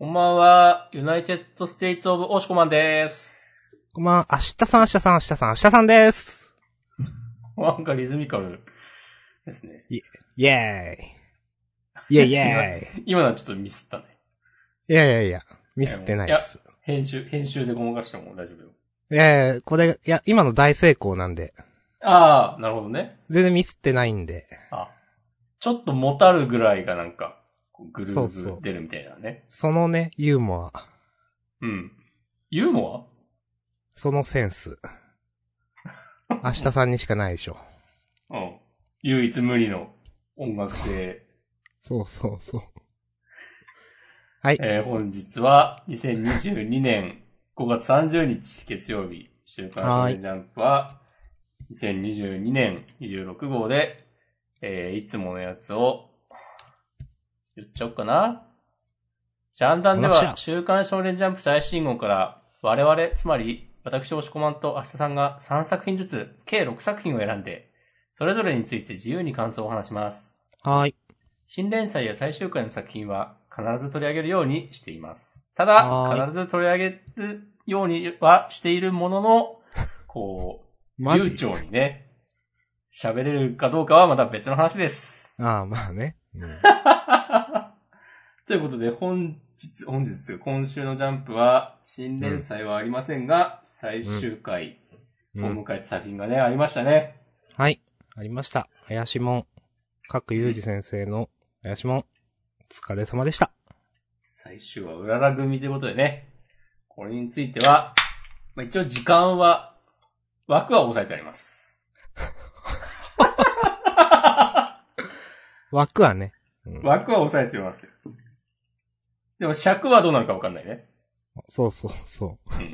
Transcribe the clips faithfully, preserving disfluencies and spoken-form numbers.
こんばんは、ユナイテッドステイツオブオシコマンです。 こんばんは、明日さん、明日さん、明日さん、明日さんです。 なんかリズミカルですね。 イ、イェーイ。イェイイェーイ。 今、今のはちょっとミスったね。 いやいやいや、ミスってないです。 いや、編集、編集でごまかしても大丈夫よ。 いやいや、これ、いや、今の大成功なんで。 ああ、なるほどね。 全然ミスってないんで。 あ、ちょっともたるぐらいがなんか、グルーそうそうブ出るみたいなね。 そのね、ユーモア。 うん。ユーモそのセンス。明日さんにしかないでしょ。 アうん。唯一無二の音楽性。 そうそうそう。はい。 えー、本日はにせんにじゅうにねんごがつさんじゅうにち月曜日、週刊少年ジャンプはにせんにじゅうにねんにじゅうろくごうで、えー、いつものやつを言っちゃおうかな。ジャンダンでは週刊少年ジャンプ最新号から我々、つまり私、押し込まんと明日さんがさんさく品ずつ計ろくさく品を選んで、それぞれについて自由に感想を話します。 はい。 新連載や最終回の作品は必ず取り上げるようにしています。ただ、必ず取り上げるようにはしているものの、こう、流暢にね、喋れるかどうかはまた別の話です。 ああ、まあね。うん、 ということで、本日、本日、今週のジャンプは、新連載はありませんが、うん、最終回を迎えた作品がね、うん、ありましたね。 はい、ありました。林門、各裕二先生の林門、お疲れ様でした。 最終話、うらら組ということでね、これについては、まあ、一応時間は、枠は抑えてあります。 枠はね、 うん。枠は抑えてますよ。でも尺はどうなるか分かんないね。 そうそうそう。 うん。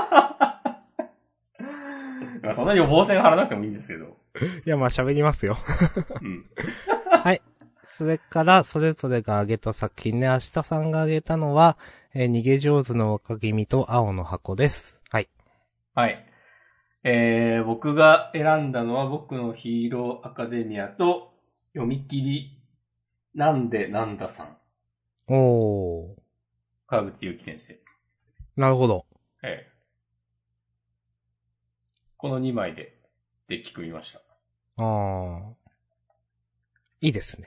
まあそんな予防線張らなくてもいいんですけど。 いや、まあ喋りますよ。 うん。 はい。それから、それぞれが挙げた作品ね、明日さんが挙げたのは、えー、逃げ上手の若君と青の箱です。はい。 はい。えー、僕が選んだのは僕のヒーローアカデミアと読み切りなんでなんださん。 おー。 川口祐希先生。 なるほど。 ええ。このにまいでデッキ組みました。 あー。いいですね。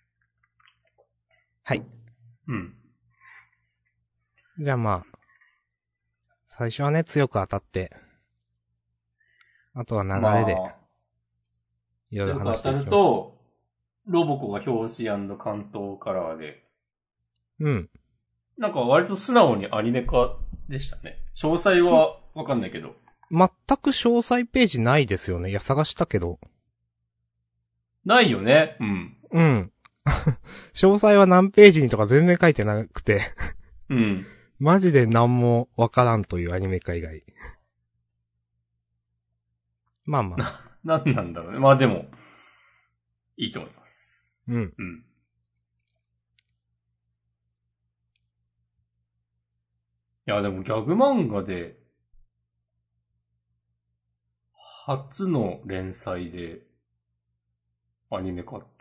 はい。 うん。 じゃあまあ、最初はね、強く当たって、あとは流れで、いろいろ話していきます。 強く当たると、ロボコが表紙関東カラーで。 うん。 なんか割と素直にアニメ化でしたね。詳細はわかんないけど。 全く詳細ページないですよね。いや、探したけど。 ないよね。うん。 うん。詳細は何ページにとか全然書いてなくて。 うん。 マジで何もわからんというアニメ化以外。まあまあ。 な、なんなんだろうね。まあでも、いいと思います。 うん。 うん。いや、でもギャグ漫画で、初の連載で、アニメ化って、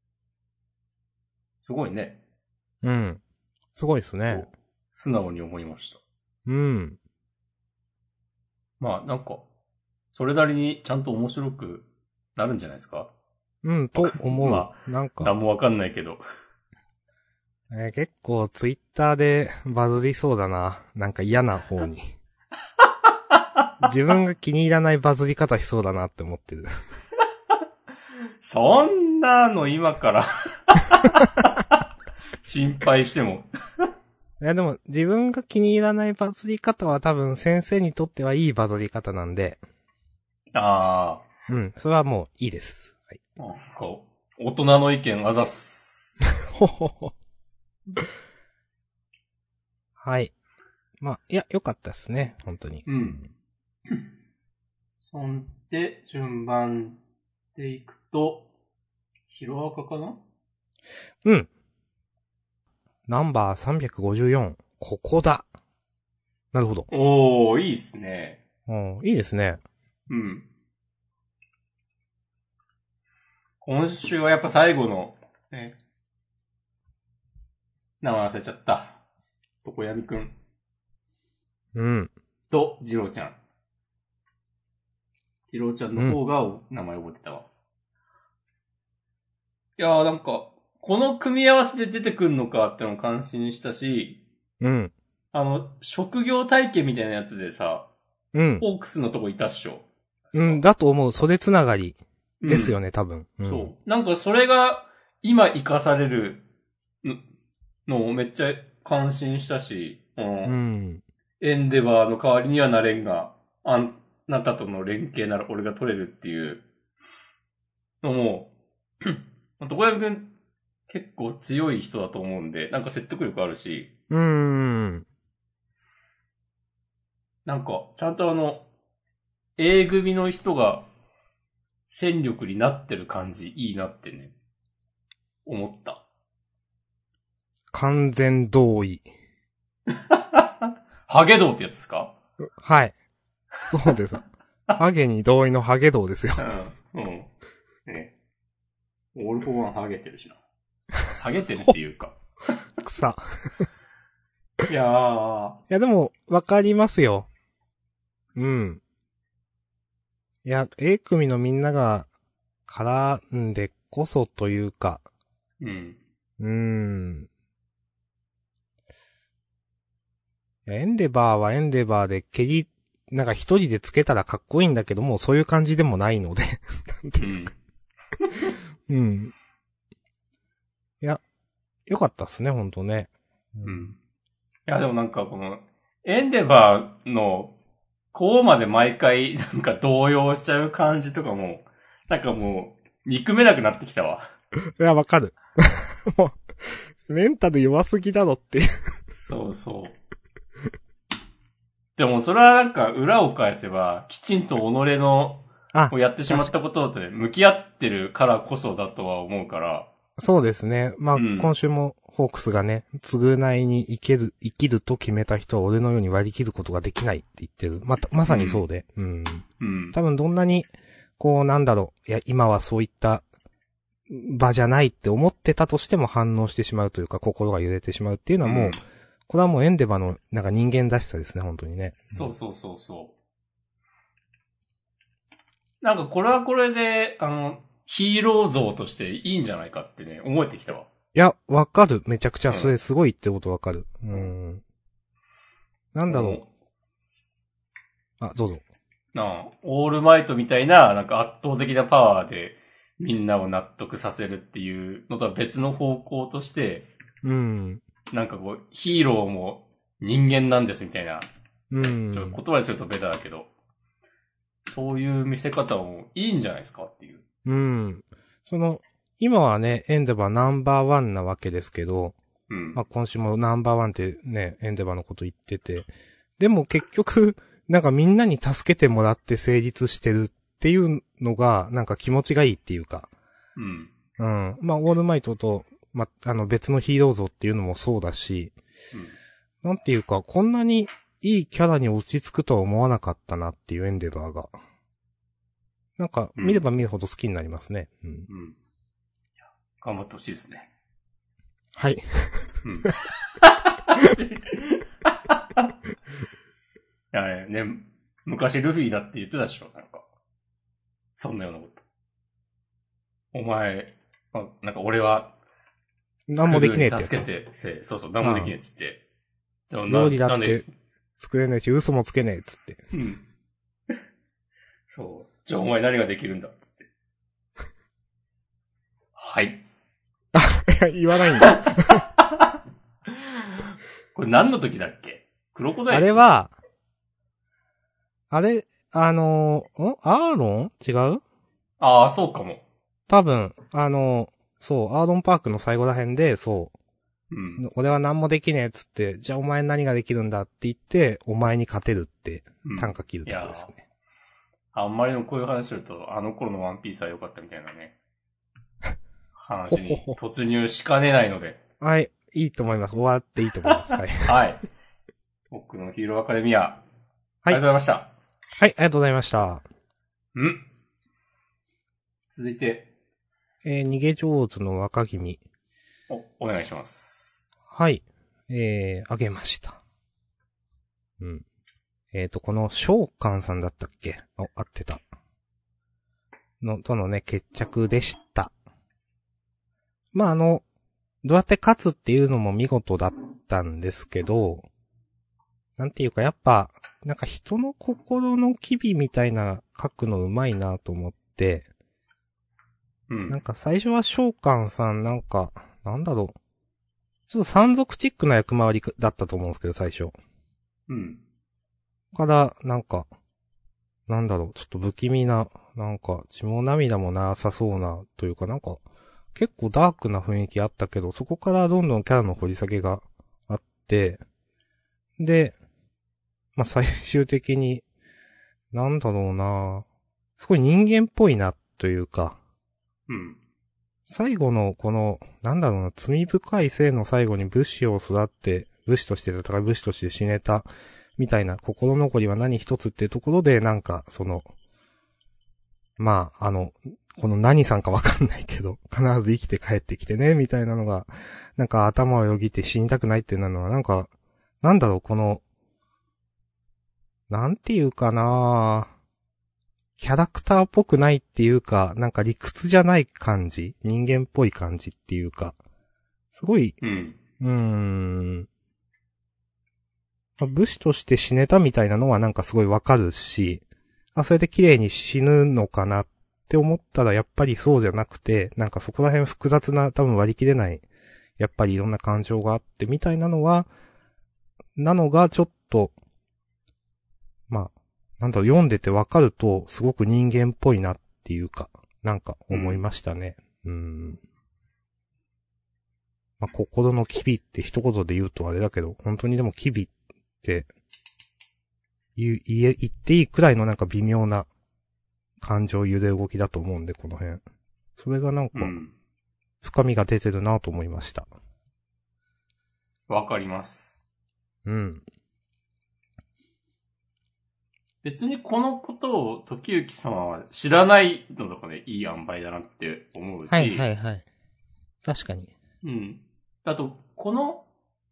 すごいね。 うん。すごいですね。 素直に思いました。 うん。 まあ、なんか、それなりにちゃんと面白くなるんじゃないですか？ うん、と思う。 まあ、 なんか。 なんもわかんないけど。 えー、結構ツイッターでバズりそうだな。なんか嫌な方に。自分が気に入らないバズり方しそうだなって思ってる。 そんなの今から心配しても。 いやでも自分が気に入らないバズり方は多分先生にとってはいいバズり方なんで。 ああ。 うん、それはもういいです。はい。 なんか、大人の意見あざっす。 ほほほ。はい。まあ、いや、良かったですね、本当に。 うん。そんで、順番でいくと、ヒロアカかな？ うん。ナンバーさんびゃくごじゅうよん。ここだ。なるほど。 おー、いいっすね。 うん、いいですね。 うん。今週はやっぱ最後の、ね、名前忘れちゃった。 床闇くん。 うん。 と、ジローちゃん。ジローちゃんの方が、うん、名前覚えてたわ。いやーなんか、この組み合わせで出てくるのかってのを感心したし、 うん。 あの、職業体験みたいなやつでさ、 うん。 ホークスのとこいたっしょ。 うん、だと思う。袖つながり。ですよね、 うん、 多分、うん。 そう。なんかそれが、今活かされるのをめっちゃ感心したし、うん。 うん、 エンデバーの代わりにはなれんが、あんなたとの連携なら俺が取れるっていうのも、床山くん結構強い人だと思うんで、なんか説得力あるし、 うーん。 なんか、ちゃんとあの、A 組の人が戦力になってる感じいいなってね、思った。 完全同意。 ハゲ道ってやつですか？ はい。そうです。ハゲに同意のハゲ道ですよ。 うん。うん。ね。オールフォーワンハゲてるしな。ハゲてるっていうか。 草。 いやー。 いやでも、わかりますよ。うん。いや、A 組のみんなが絡んでこそというか。 うん。 うーん。いやエンデバーはエンデバーで蹴り、なんか一人でつけたらかっこいいんだけども、そういう感じでもないので。なんていうか。うん。うん。いや、よかったっすね、ほんとね。 うん。うん、いや、でもなんかこの、エンデバーの、こうまで毎回なんか動揺しちゃう感じとかも、なんかもう、憎めなくなってきたわ。 いや、わかる。もう、メンタル弱すぎだろっていう。 そうそう。でもそれはなんか裏を返せば、きちんと己の、をやってしまったことで向き合ってるからこそだとは思うから。 そうですね。まあ、 うん、 今週もホークスがね、償いに生きる、生きると決めた人は俺のように割り切ることができないって言ってる。また、まさにそうで。うん。 うん。 多分どんなに、こうなんだろう。いや、今はそういった場じゃないって思ってたとしても反応してしまうというか、心が揺れてしまうっていうのはもう、うん、これはもうエンデバのなんか人間らしさですね、本当にね。 そうそうそうそう。なんかこれはこれで、あの、ヒーロー像としていいんじゃないかってね、思えてきたわ。 いや、わかる。めちゃくちゃそれすごいってことわかる。うん。うん、なんだろう。あ、どうぞ。 なあ、オールマイトみたいな、なんか圧倒的なパワーでみんなを納得させるっていうのとは別の方向として、 うん。 なんかこう、ヒーローも人間なんですみたいな。 うん。 ちょっと言葉にするとベタだけど、そういう見せ方もいいんじゃないですかっていう。 うん。その、今はね、エンデバーナンバーワンなわけですけど、 うん。 まあ今週もナンバーワンってね、エンデバーのこと言ってて、でも結局、なんかみんなに助けてもらって成立してるっていうのが、なんか気持ちがいいっていうか。 うん。 うん。まあ、オールマイトと、まあ、あの別のヒーロー像っていうのもそうだし、うん、なんていうか、こんなにいいキャラに落ち着くとは思わなかったなっていうエンデバーが。なんか、見れば見るほど好きになりますね。うん。うん、 頑張ってほしいですね。 はい。うん。いやね、昔ルフィだって言ってたでしょ、なんか。そんなようなこと。お前、ま、なんか俺は、 何もできねえって。 助けて、せそうそう、何もできねえっつって。 料理だって作れねえし、嘘もつけねえっつって。 うん。そう。じゃあお前何ができるんだっつって。はい。 あ、言わないんだ。 これ何の時だっけ？クロコダイル？ あれは、あれ、あのー、んアーロン違う？ ああ、そうかも。 多分、あのー、そう、アーロンパークの最後ら辺で、そう。 うん。 俺は何もできねえっつって、じゃあお前何ができるんだって言って、お前に勝てるって、短歌切るとこですよね、 うん。あんまりのこういう話すると、あの頃のワンピースは良かったみたいなね。話に突入しかねないので。 はい、いいと思います。終わっていいと思います。はい。 はい。僕のヒーローアカデミア。はい。ありがとうございました。はい、 ありがとうございました。 ん続いて。 えー、逃げ上手の若君。 お、お願いします。 はい。 えー、あげました。うん。えっと、この召喚さんだったっけ？あ、合ってた。の、とのね、決着でした。まあ、あの、どうやって勝つっていうのも見事だったんですけど、なんていうかやっぱ、なんか人の心の機微みたいな書くの上手いなと思って、 うん。 なんか最初は召喚さんなんか、なんだろう。ちょっと山賊チックな役回りだったと思うんですけど、最初。 うん。 から、なんか、なんだろう、ちょっと不気味な、なんか、血も涙もなさそうな、というかなんか、結構ダークな雰囲気あったけど、そこからどんどんキャラの掘り下げがあって、で、まあ、最終的に、なんだろうな、すごい人間っぽいな、というか、 うん。 最後のこの、なんだろうな、罪深い生の最後に武士を育って、武士として戦い武士として死ねた、みたいな心残りは何一つっていうところで、なんか、その、まあ、あの、この何さんかわかんないけど、必ず生きて帰ってきてね、みたいなのが、なんか頭をよぎって死にたくないってなのは、なんか、なんだろう、この、なんていうかなキャラクターっぽくないっていうか、なんか理屈じゃない感じ、人間っぽい感じっていうか、すごい、 うん。 うーん、まあ武士として死ねたみたいなのはなんかすごいわかるし、あ、それで綺麗に死ぬのかなって思ったらやっぱりそうじゃなくて、なんかそこら辺複雑な多分割り切れない、やっぱりいろんな感情があってみたいなのは、なのがちょっと、まあ、なんだろう、読んでてわかるとすごく人間っぽいなっていうか、なんか思いましたね。うん。んまあ、心の機微って一言で言うとあれだけど、本当にでも機微って、言う、言え、言っていいくらいのなんか微妙な感情揺れ動きだと思うんで、この辺。それがなんか、深みが出てるなと思いました。 わかります。 うん。 別にこのことを時行様は知らないのとかね、いい塩梅だなって思うし。 はいはいはい。確かに。 うん。あと、この、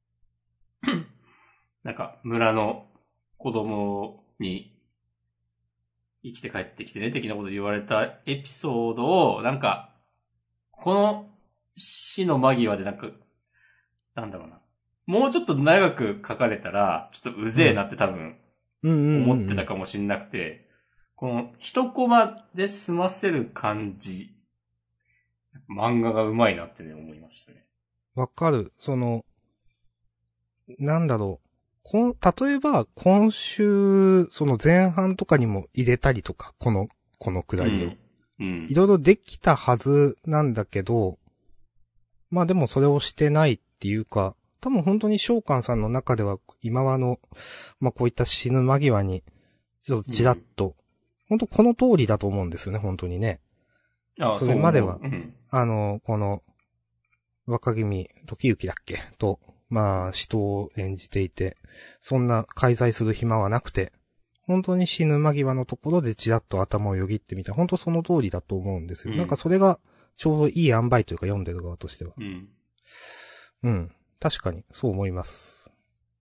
なんか村の子供に生きて帰ってきてね、的なこと言われたエピソードを、なんか、この死の間際でなんか、なんだろうな。もうちょっと長く書かれたら、ちょっとうぜえなって多分、思ってたかもしんなくて、この一コマで済ませる感じ、漫画がうまいなってね、思いましたね。 わかる。その、なんだろう。こん、例えば、今週、その前半とかにも入れたりとか、この、このくだりを。 うん。 いろいろできたはずなんだけど、まあでもそれをしてないっていうか、多分本当に召喚さんの中では、今はの、まあこういった死ぬ間際に、ちょっとちらっと、うん、本当この通りだと思うんですよね、本当にね。 ああ、 それまでは、 うん、 あの、この、若君、時行だっけと、まあ、使徒を演じていて、そんな介在する暇はなくて、本当に死ぬ間際のところでちらっと頭をよぎってみた。本当その通りだと思うんですよ。うん、なんかそれが、ちょうどいい塩梅というか読んでる側としては。 うん。 うん。確かに、そう思います。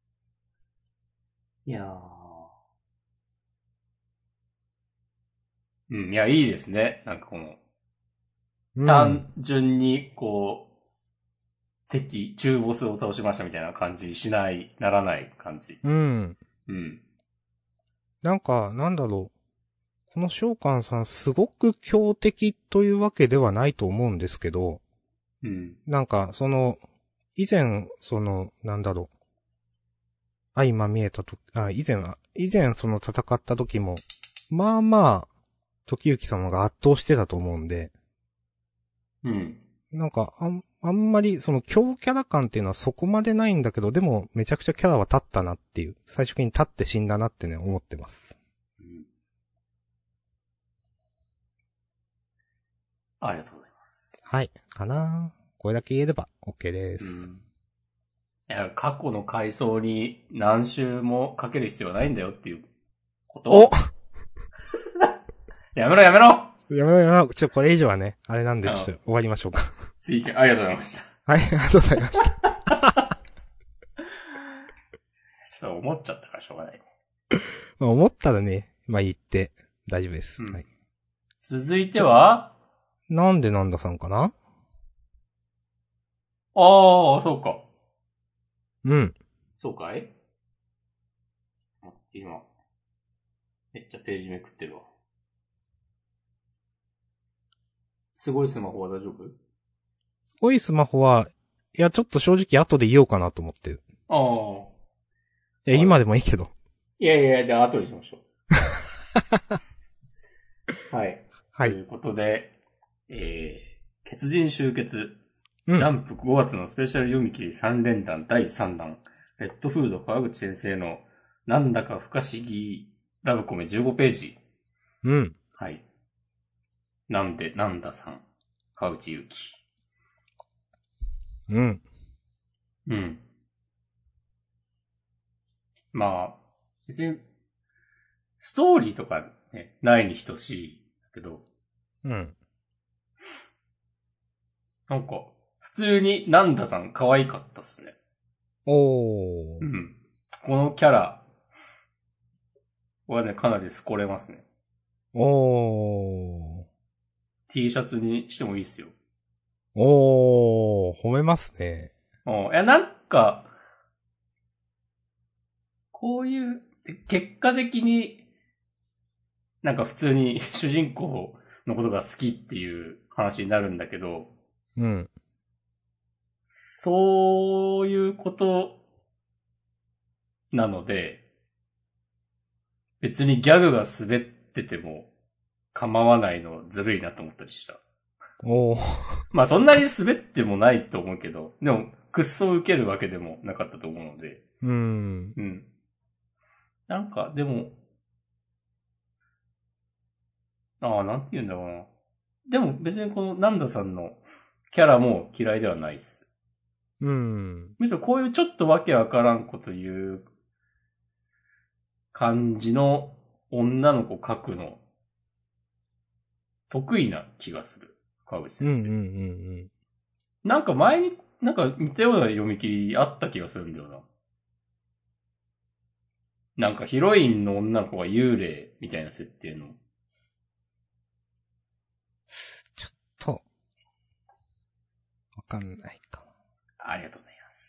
いやー。うん、いや、いいですね。なんかこの、うん、単純に、こう、敵、中ボスを倒しましたみたいな感じしない、ならない感じ。 うん。 うん。 なんか、なんだろう。この召喚さん、すごく強敵というわけではないと思うんですけど、 うん。 なんか、その、以前、その、なんだろう。相ま見えたと、あ、以前は、以前その戦った時も、まあまあ、時行様が圧倒してたと思うんで、 うん。 なんか、あん、あんまり、その強キャラ感っていうのはそこまでないんだけど、でも、めちゃくちゃキャラは立ったなっていう、最終的に立って死んだなってね、思ってます。 うん、ありがとうございます。 はい、かなこれだけ言えれば OK です。 うん、いや、過去の回想に何周もかける必要はないんだよっていうことおやめろやめろやめろやめろ。ちょ、これ以上はね、あれなんで、ちょっと終わりましょうか。 次、ありがとうございました。 はい、ありがとうございました。 ちょっと思っちゃったからしょうがない。 まあ思ったらね、まあ言って大丈夫です。 うん、 はい。 続いてはなんでなんださんかな？ ああ、そうか。 うん。 そうかい？あっち今、めっちゃページめくってるわ。すごいスマホは大丈夫？ すごいスマホは、いや、ちょっと正直後で言おうかなと思ってる。 ああ。 いや、今でもいいけど。 いやいや、じゃあ後にしましょう。はい。 はい。 ということで、えー、血人集結、 うん、 ジャンプごがつのスペシャル読み切りさん連弾だいさん弾、レッドフード川口先生のなんだか不可思議ラブコメじゅうごページ。 うん。 はい。なんで、なんださん、川内優輝。 うん。 うん。まあ、別に、ストーリーとかね、ないに等しい。だけど、 うん。 なんか、普通になんださん可愛かったっすね。 おー。 うん。このキャラはね、かなり好かれますね。 おー。 T シャツにしてもいいっすよ。 おー、褒めますね。 うん。いや、なんか、こういう、結果的に、なんか普通に主人公のことが好きっていう話になるんだけど、 うん。 そういうことなので、別にギャグが滑ってても構わないのずるいなと思ったりした。 おー。 まあそんなに滑ってもないと思うけど、でも、くっそ受けるわけでもなかったと思うので。 うん。 うん。なんか、でも、ああ、なんて言うんだろうな。でも別にこのナンダさんのキャラも嫌いではないっす。 うん。 むしろこういうちょっとわけわからんこと言う感じの女の子描くの得意な気がする。川口うん。うん。 先生。 うん。 なんか前になんか似たような読み切りあった気がするんだよな。なんかヒロインの女の子が幽霊みたいな設定の。 ちょっと、わかんないか。 ありがとうございます。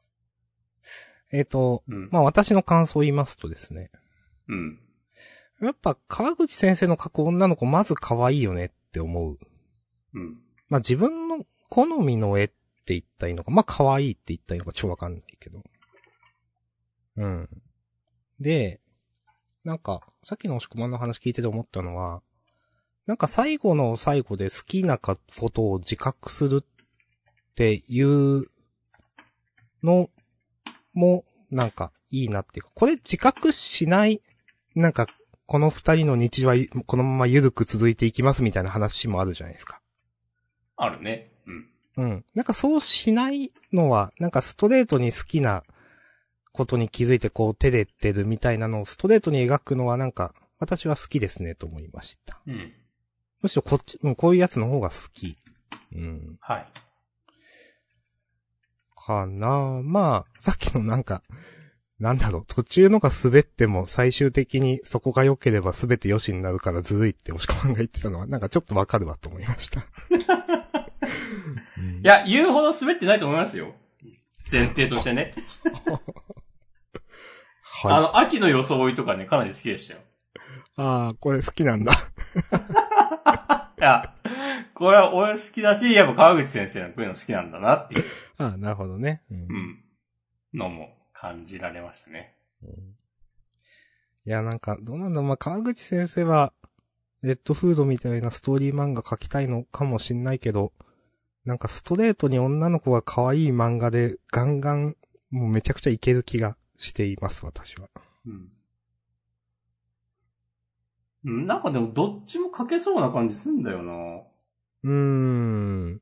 えっと、 うん。 まあ私の感想を言いますとですね。 うん。 やっぱ川口先生の描く女の子まず可愛いよねって思う。 うん。 まあ自分の好みの絵って言ったらいいのか、まあ可愛いって言ったらいいのか超わかんないけど。うん。で、なんか、さっきの押し込まんの話聞いてて思ったのは、なんか最後の最後で好きなことを自覚するっていうのも、なんかいいなっていうか、これ自覚しない、なんか、この二人の日常はこのまま緩く続いていきますみたいな話もあるじゃないですか。 あるね。うん。 うん。なんかそうしないのは、なんかストレートに好きなことに気づいてこう照れてるみたいなのをストレートに描くのはなんか、私は好きですねと思いました。 うん。 むしろこっち、うん、こういうやつの方が好き。うん。 はい。 かなまあ、さっきのなんか、なんだろう、途中のが滑っても最終的にそこが良ければ全て良しになるからずるいって押し込まんが言ってたのはなんかちょっとわかるわと思いました。 うん、いや、言うほど滑ってないと思いますよ。前提としてね。はい。あの、秋の装いとかね、かなり好きでしたよ。 ああ、これ好きなんだ。 いや、これは俺好きだし、やっぱ川口先生のこういうの好きなんだなっていう。 ああ、なるほどね。 うん。うん、のも感じられましたね。 うん、いや、なんか、どうなんだろう、まあ、川口先生は、レッドフードみたいなストーリー漫画描きたいのかもしんないけど、なんかストレートに女の子が可愛い漫画でガンガン、もうめちゃくちゃいける気がしています、私は。 うん。なんかでもどっちも描けそうな感じすんだよな。 うーん。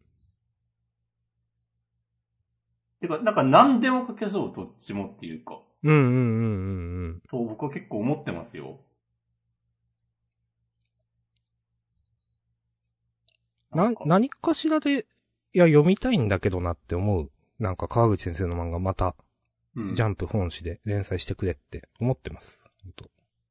てか、なんか何でも描けそう、どっちもっていうか。 うんうんうんうんうん。 と僕は結構思ってますよ。 な、何かしらで、いや、読みたいんだけどなって思う。なんか川口先生の漫画また。 うん、 ジャンプ本誌で連載してくれって思ってます。本当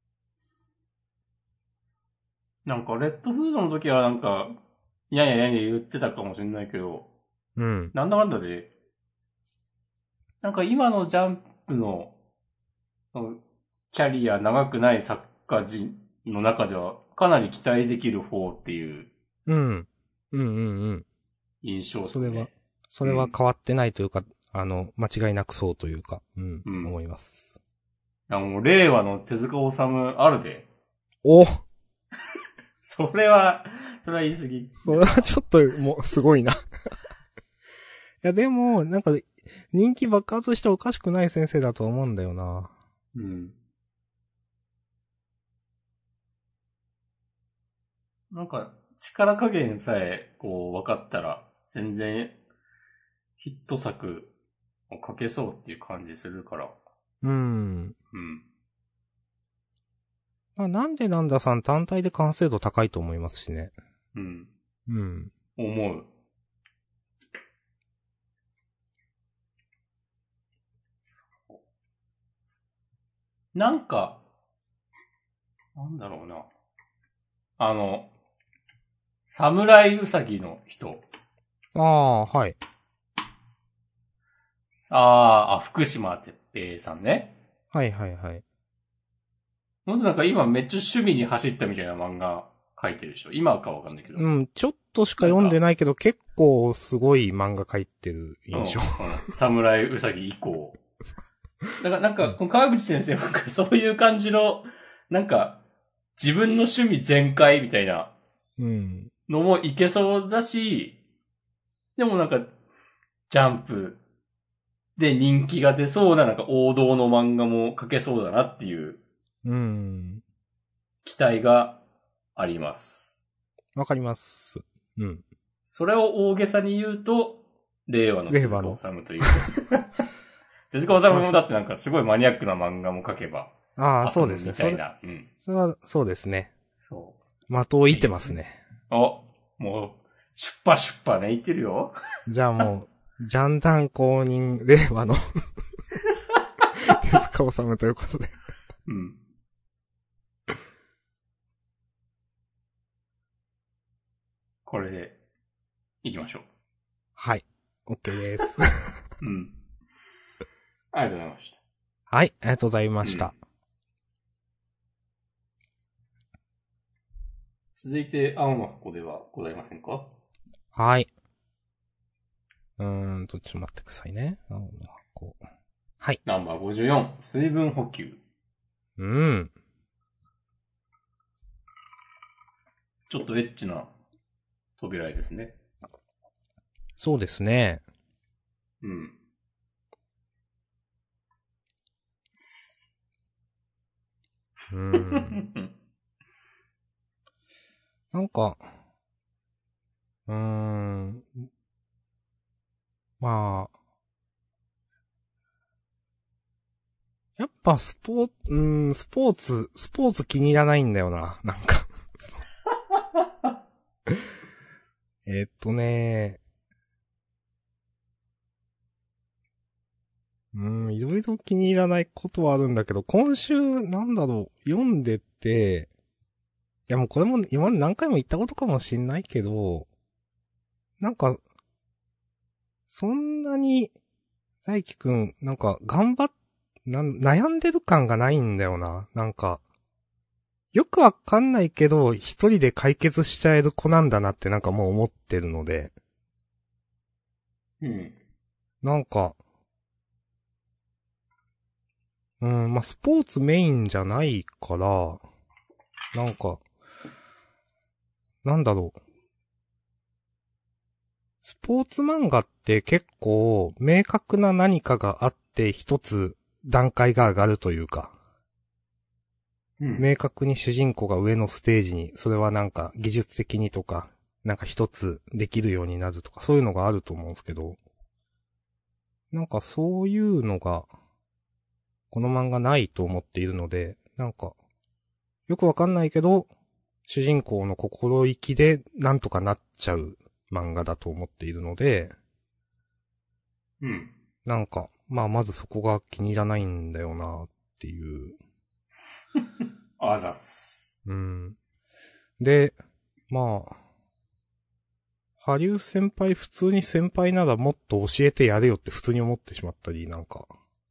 なんか、レッドフードの時はなんか、いやいやいやいや言ってたかもしれないけど、 うん。 なんだかんだで、なんか今のジャンプの、キャリア長くない作家陣の中では、かなり期待できる方っていううん。うんうんうん。 印象ですね。 それは、それは変わってないというか、うん、あの、間違いなくそうというか、うん、うん、思います。 あの、令和の手塚治虫あるで。 おそれは、それは言い過ぎ。 それはちょっと、もう、すごいな。いや、でも、なんか、人気爆発しておかしくない先生だと思うんだよな。 うん。なんか、力加減さえ、こう、分かったら、全然、ヒット作を書けそうっていう感じするから。 うん。 うん。 まあ、なんでなんださん単体で完成度高いと思いますしね。 うん。 うん。 思う。なんか、なんだろうな。あの、侍うさぎの人。 ああ、はい。 ああ、あ、福島哲平さんね。 はいはいはい。 ほんとなんか今めっちゃ趣味に走ったみたいな漫画書いてるでしょ。今はかわかんないけど。 うん、ちょっとしか読んでないけど、結構すごい漫画書いてる印象。 うんうん、侍うさぎ以降。だからなんか、この川口先生はそういう感じの、なんか、自分の趣味全開みたいなのもいけそうだし、でもなんか、ジャンプで人気が出そうななんか王道の漫画も描けそうだなっていううん。 期待があります。 わかります。うん。 それを大げさに言うと、令和の手塚治虫という。手塚治虫もだってなんかすごいマニアックな漫画も描けば。 ああ、そうですね。 みたいな。 それ、うん、それは、そうですね。 そう。 的を射ってますね。 お、もう、出発出発ね、言ってるよ。 じゃあもう、ジャンダン公認令和の手塚治虫ということで。 うん。これで、行きましょう。 はい。OK です。 うん。ありがとうございました。 はい、ありがとうございました。うん、 続いて、青の箱ではございませんか？ はい。うーんと、ちょっと待ってくださいね。青の箱。はい。 ナンバーごじゅうよん、水分補給。 うん。 ちょっとエッチな扉絵ですね。 そうですね。 うん。 うーん。なんか、うーん。まあ。やっぱスポーツ、うーん、スポーツ、スポーツ気に入らないんだよな、なんか。えっとね。うーん、いろいろ気に入らないことはあるんだけど、今週、なんだろう、読んでて、いやもうこれも今まで何回も言ったことかもしんないけど、なんか、そんなに、大輝くん、なんか、頑張っ、な悩んでる感がないんだよな。なんか、よくわかんないけど、一人で解決しちゃえる子なんだなってなんかもう思ってるので。 うん。 なんか、うん、まあ、スポーツメインじゃないから、なんか、なんだろう。スポーツ漫画って結構明確な何かがあって一つ段階が上がるというか、 うん、 明確に主人公が上のステージに、それはなんか技術的にとか、なんか一つできるようになるとか、そういうのがあると思うんですけど、なんかそういうのが、この漫画ないと思っているので、なんか、よくわかんないけど、主人公の心意気でなんとかなっちゃう漫画だと思っているので、 うん。 なんか、 まあまずそこが気に入らないんだよなっていう。 あざっす。 うん。で、まあ、ハリウ先輩普通に先輩ならもっと教えてやれよって普通に思ってしまったり、なんか。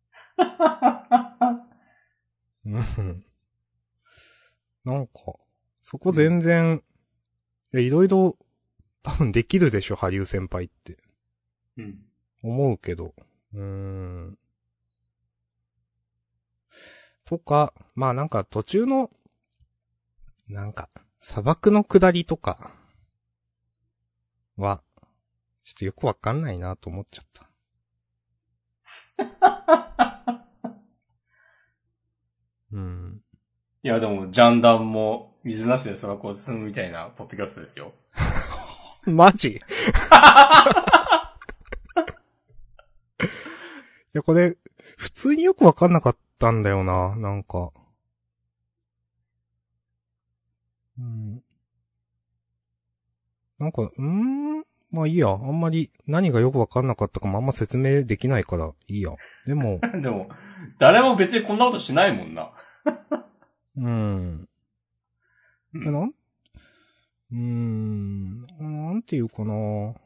うん。なんか、そこ全然、いや、いろいろ多分できるでしょ、ハリウ先輩って。 うん。 思うけど。うーん。とか、まあなんか途中の、なんか、砂漠の下りとかは、ちょっとよくわかんないなと思っちゃった。うん。 いや、でも、ジャンダンも水なしで砂漠を進むみたいなポッドキャストですよ。 マジいや、これ、普通によくわかんなかったんだよな、なんか。うん。なんか、うーんまあいいや。あんまり何がよくわかんなかったかもあんま説明できないからいいや。でも。 でも、誰も別にこんなことしないもんな。 うん。 うん、 なんうーん。なんていうかな。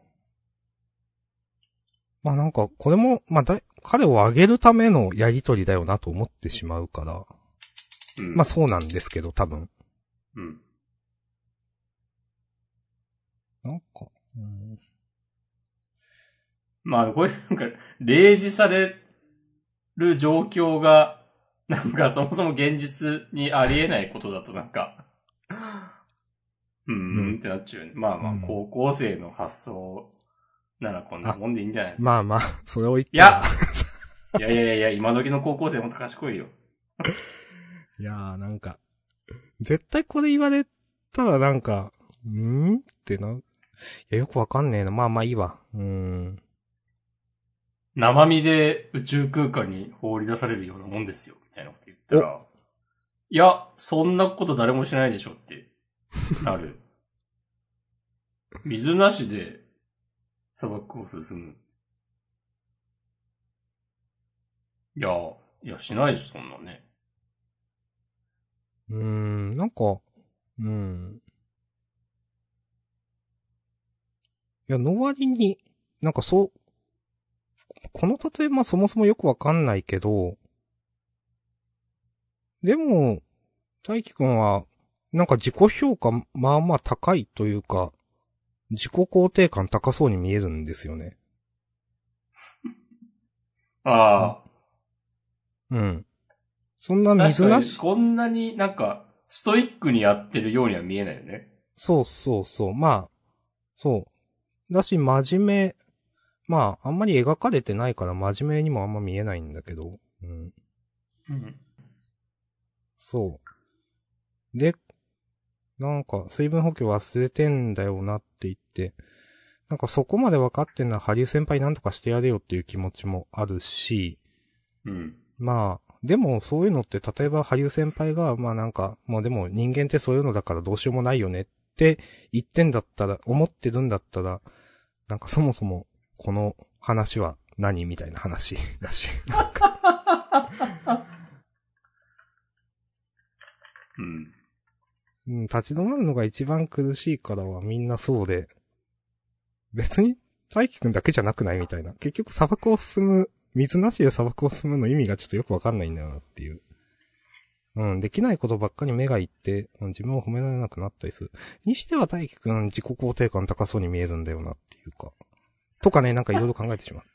まあなんか、これも、まあだ、彼を上げるためのやりとりだよなと思ってしまうから。うん、まあそうなんですけど、多分。 うん。 なんか、うん、 まあ、これなんか、例示される状況が、なんかそもそも現実にありえないことだとなんか、うーんってなっちゃう、ね。まあまあ、高校生の発想ならこんなもんでいいんじゃない、 まあまあ、それを言ったら。 いや、いやいやいや、今時の高校生もっと賢いよ。 いやーなんか、絶対これ言われたらなんか、んーってな、いやよくわかんねえな。まあまあいいわ。うーん。 生身で宇宙空間に放り出されるようなもんですよ、みたいなこと言ったら、いや、そんなこと誰もしないでしょってなる。水なしで砂漠を進む。いや、いや、しないでしょ、そんなね。 うーん、なんか、うん。いや、の割に、なんかそう、この例えまあそもそもよくわかんないけど、でも、大輝くんは、なんか自己評価まあまあ高いというか、自己肯定感高そうに見えるんですよね。 ああ。 うん。そんな水なし。 こんなになんか、ストイックにやってるようには見えないよね。 そうそうそう。まあ、そう。だし、真面目。まあ、あんまり描かれてないから真面目にもあんま見えないんだけど。うん。 うん。 そう。で、なんか、水分補給忘れてんだよなって言って、なんかそこまで分かってんのは、ハリウ先輩なんとかしてやれよっていう気持ちもあるし、 うん。 まあ、でもそういうのって、例えばハリウ先輩が、まあなんか、もうでも人間ってそういうのだからどうしようもないよねって言ってんだったら、思ってるんだったら、なんかそもそも、この話は何みたいな話だし。 うん。 うん、立ち止まるのが一番苦しいからはみんなそうで、別に大輝くんだけじゃなくないみたいな。結局砂漠を進む、水なしで砂漠を進むの意味がちょっとよくわかんないんだよなっていう。うん、できないことばっかり目がいって、自分を褒められなくなったりする。にしては大輝くん自己肯定感高そうに見えるんだよなっていうか。とかね、なんかいろいろ考えてしまった。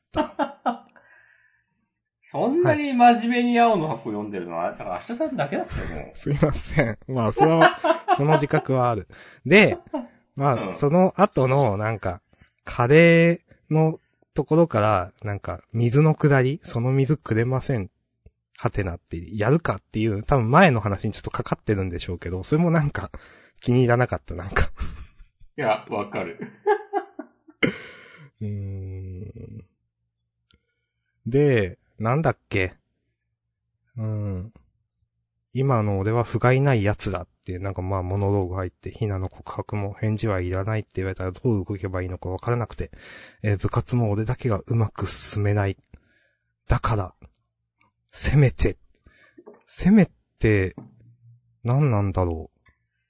そんなに真面目に青の箱読んでるのは、だから明日さんだけだったよ、もう。 すいません。まあ、それは、その自覚はある。で、まあ、うん、その後の、なんか、カレーのところから、なんか、水の下り、その水くれません。はてなって、やるかっていう、多分前の話にちょっとかかってるんでしょうけど、それもなんか、気に入らなかった、なんか。 いや、わかる。 うーん。で、なんだっけ。うん。今の俺は不甲斐ない奴だって、なんかまあモノローグ入って、ひなの告白も返事はいらないって言われたらどう動けばいいのかわからなくて、えー、部活も俺だけがうまく進めない。 だから、せめて、せめて、何なんだろう。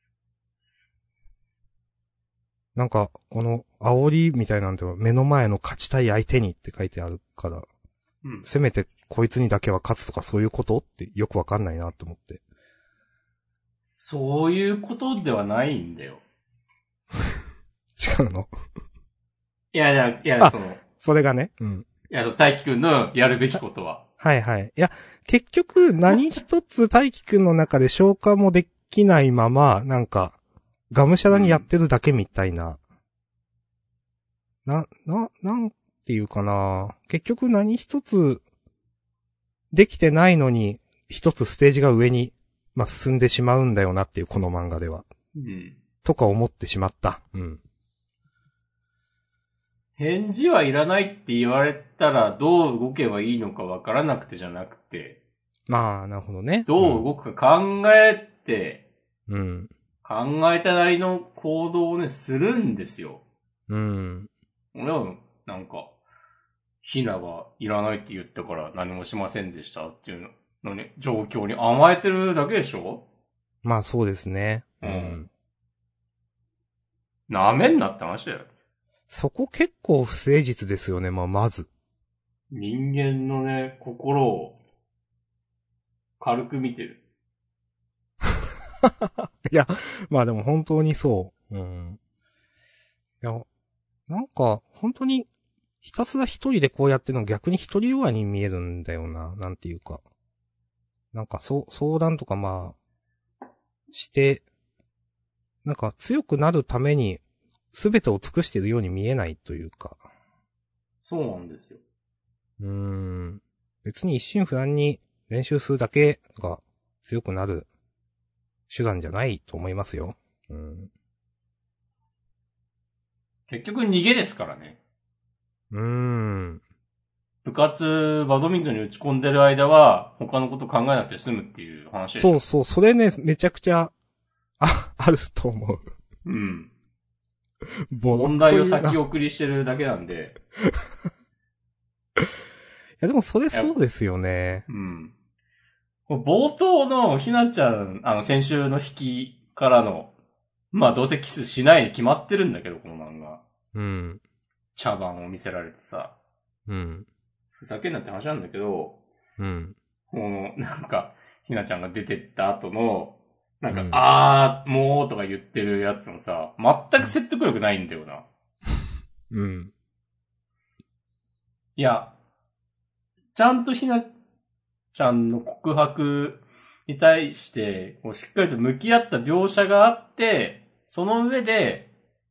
なんか、この、煽りみたいなんでは、目の前の勝ちたい相手にって書いてあるから、 うん。 せめてこいつにだけは勝つとかそういうことってよくわかんないなと思って。 そういうことではないんだよ。 違うのいやいや、いや、その。 それがね。うん。 いや、大輝くんのやるべきことは。 はいはい。いや、結局何一つ大輝くんの中で消化もできないまま、なんか、がむしゃらにやってるだけみたいな。うん、な、な、なんていうかな。結局何一つできてないのに、一つステージが上に、まあ、進んでしまうんだよなっていう、この漫画では。 うん。 とか思ってしまった。うん。 返事はいらないって言われたらどう動けばいいのかわからなくてじゃなくて。 まあ、なるほどね。 どう動くか考えて、 うん。 考えたなりの行動をね、するんですよ。 うん。 俺は、なんか、ひながいらないって言ったから何もしませんでしたっていうのに、状況に甘えてるだけでしょ？ まあそうですね。 うん。舐めんなって話だよ。 そこ結構不誠実ですよね、まあまず。 人間のね、心を軽く見てる。 いや、まあでも本当にそう。うん。いや、なんか、本当に、ひたすら一人でこうやってるの逆に一人弱に見えるんだよな、なんていうか。なんか、そう、相談とかまあ、して、なんか強くなるために、すべてを尽くしているように見えないというか。 そうなんですよ。 うーん。別に一心不乱に練習するだけが強くなる手段じゃないと思いますよ。うん。 結局逃げですからね。 うーん。 部活、バドミントンに打ち込んでる間は、他のこと考えなくて済むっていう話でしょ。 そうそう、それね、めちゃくちゃ、あ、あると思う。 うん。 ボロ問題を先送りしてるだけなんで。 いやでもそれそうですよね。 うん。冒頭のひなちゃん、あの先週の引きからの、まあどうせキスしないに決まってるんだけど、この漫画。 うん。 茶番を見せられてさ。 うん。 ふざけんなって話なんだけど、 うん。 この、なんか、ひなちゃんが出てった後の、なんか、 うん、 あー、もうとか言ってるやつもさ、全く説得力ないんだよな。 うん。 いや、ちゃんとひなちゃんの告白に対して、こうしっかりと向き合った描写があって、その上で、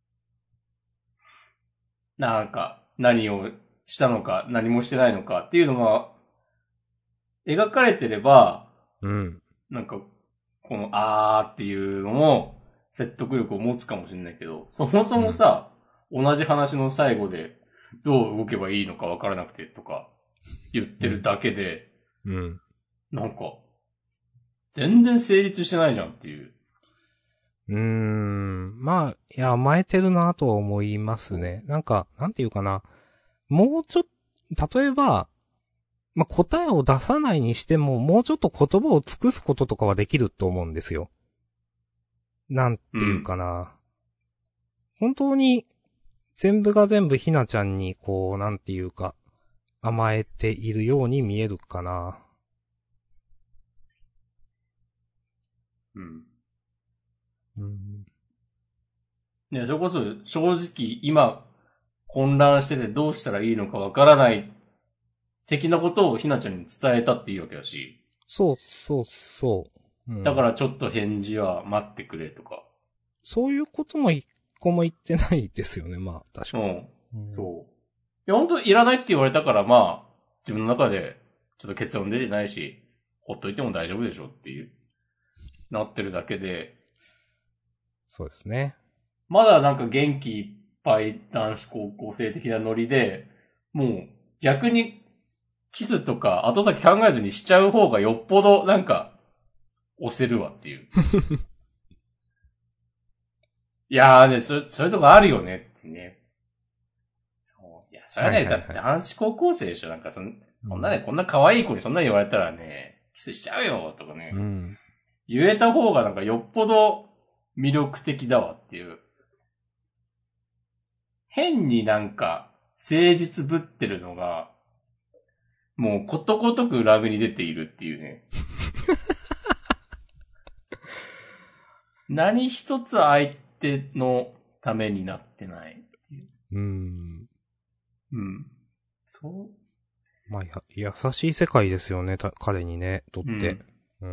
なんか、何をしたのか、何もしてないのかっていうのが、描かれてれば、 うん。 なんか、この、あーっていうのも、説得力を持つかもしれないけど、そもそもさ、うん、同じ話の最後で、どう動けばいいのかわからなくてとか、言ってるだけで、 うん。うん、 なんか、全然成立してないじゃんっていう。 うーん。まあ、いや、甘えてるなとは思いますね。なんか、なんていうかな。もうちょっと、例えば、まあ、答えを出さないにしても、もうちょっと言葉を尽くすこととかはできると思うんですよ。なんていうかな。うん、本当に、全部が全部ひなちゃんに、こう、なんていうか、甘えているように見えるかな。 うん。 うん。 ね、それこそ正直今混乱しててどうしたらいいのかわからない的なことをひなちゃんに伝えたっていいわけだし。 そうそうそう。うん、 だからちょっと返事は待ってくれとか。 そういうことも一個も言ってないですよね、まあ、確かに。 うん。うん、そう。いや、本当いらないって言われたからまあ、自分の中でちょっと結論出てないし、ほっといても大丈夫でしょっていう、なってるだけで。 そうですね。 まだなんか元気いっぱい男子高校生的なノリで、もう逆にキスとか後先考えずにしちゃう方がよっぽどなんか押せるわっていう。いやーね、そ、そういうとこあるよねってね。いや、それはね、だって男子高校生でしょなんかその、 こんなね、こんな可愛い子にそんなに言われたらね、キスしちゃうよとかね。 うん。 言えた方がなんかよっぽど魅力的だわっていう。変になんか誠実ぶってるのが、もうことごとく裏目に出ているっていうね。何一つ相手のためになってないっていう。 うん。 うん。そう。 まあ、や、優しい世界ですよね、た彼にね、とって。うん。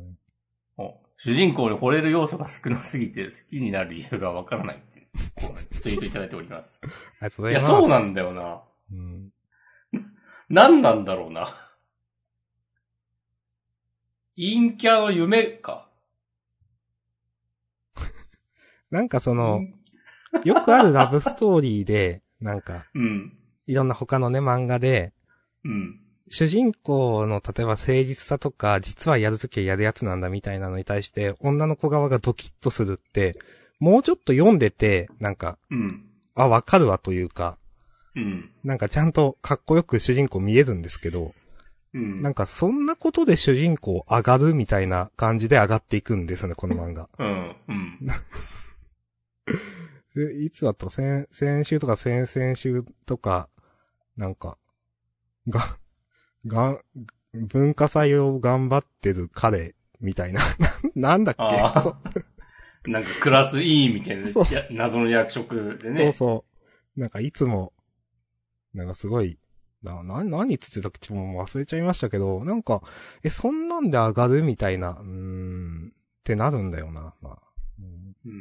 うんお主人公に惚れる要素が少なすぎて好きになる理由がわからないっていう、こうツイートいただいております。 ありがとうございます。 いや、そうなんだよな。 うん。 何なんだろうな。陰キャの夢か。 なんかその、よくあるラブストーリーで、なんか、 うん。 いろんな他のね、漫画で、 うん。 主人公の例えば誠実さとか、実はやるときはやるやつなんだみたいなのに対して、女の子側がドキッとするって、もうちょっと読んでて、なんか、 うん。 あ、わかるわというか、 うん。 なんかちゃんとかっこよく主人公見えるんですけど、 うん。 なんかそんなことで主人公上がるみたいな感じで上がっていくんですよね、この漫画。 うん。うん。 でいつだと先、先週とか先々週とか、なんか、が、が、文化祭を頑張ってる彼みたいな。なんだっけそなんかクラス委員みたいなそう謎の役職でね。 そうそう。なんかいつも、なんかすごい、な、な、何つってたっけもう忘れちゃいましたけど、なんか、え、そんなんで上がるみたいな、うーん、ってなるんだよな、まあ。うん、 うん。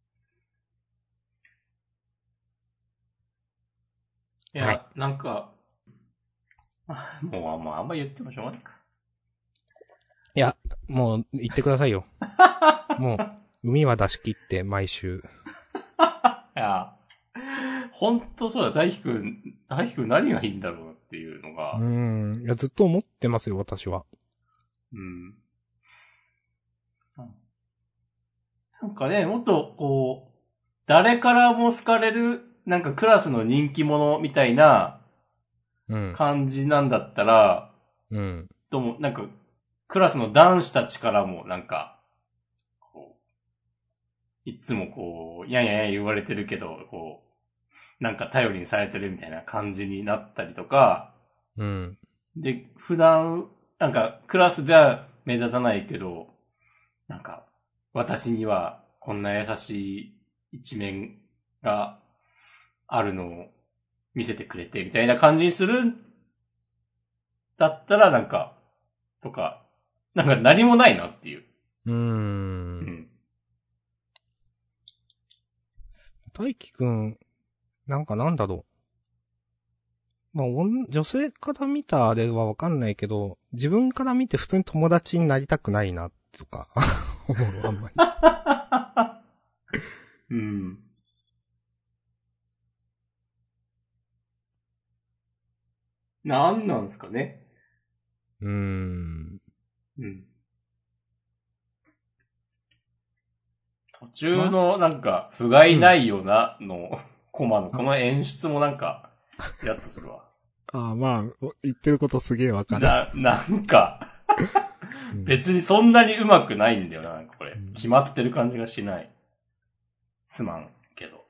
いや、 はい、 なんか、もう、もうあんま言ってもしょうがないか。 いや、もう言ってくださいよ。もう、海は出し切って毎週。 いや、ほんとそうだ、大輝くん、大輝くん何がいいんだろうっていうのが。 うーん、いや、ずっと思ってますよ、私は。 うん。なんかね、もっと、こう、誰からも好かれる、なんかクラスの人気者みたいなうん。 感じなんだったら、 うん。 とも、なんか、クラスの男子たちからも、なんか、こう、いつもこう、やんやんやん言われてるけど、こう、なんか頼りにされてるみたいな感じになったりとか、 うん。 で、普段、なんか、クラスでは目立たないけど、なんか、私にはこんな優しい一面があるのを見せてくれて、みたいな感じにするんだったら、なんか、とか、なんか何もないなっていう。 うー。 うんん。 大輝くん、なんかなんだろう。まあ、おん女性から見たあれはわかんないけど、自分から見て普通に友達になりたくないな、とか、思う、あんまり。 うん。なんなんですかね。 うーん。 うん。途中のなんか、不甲斐ないよなの、コマの、この演出もなんか、やっとするわ。 ああ、まあ、言ってることすげえわかる。 な、なんか、 うん、 別にそんなに上手くないんだよな、なんかこれ。 うん、 決まってる感じがしない。すまんけど。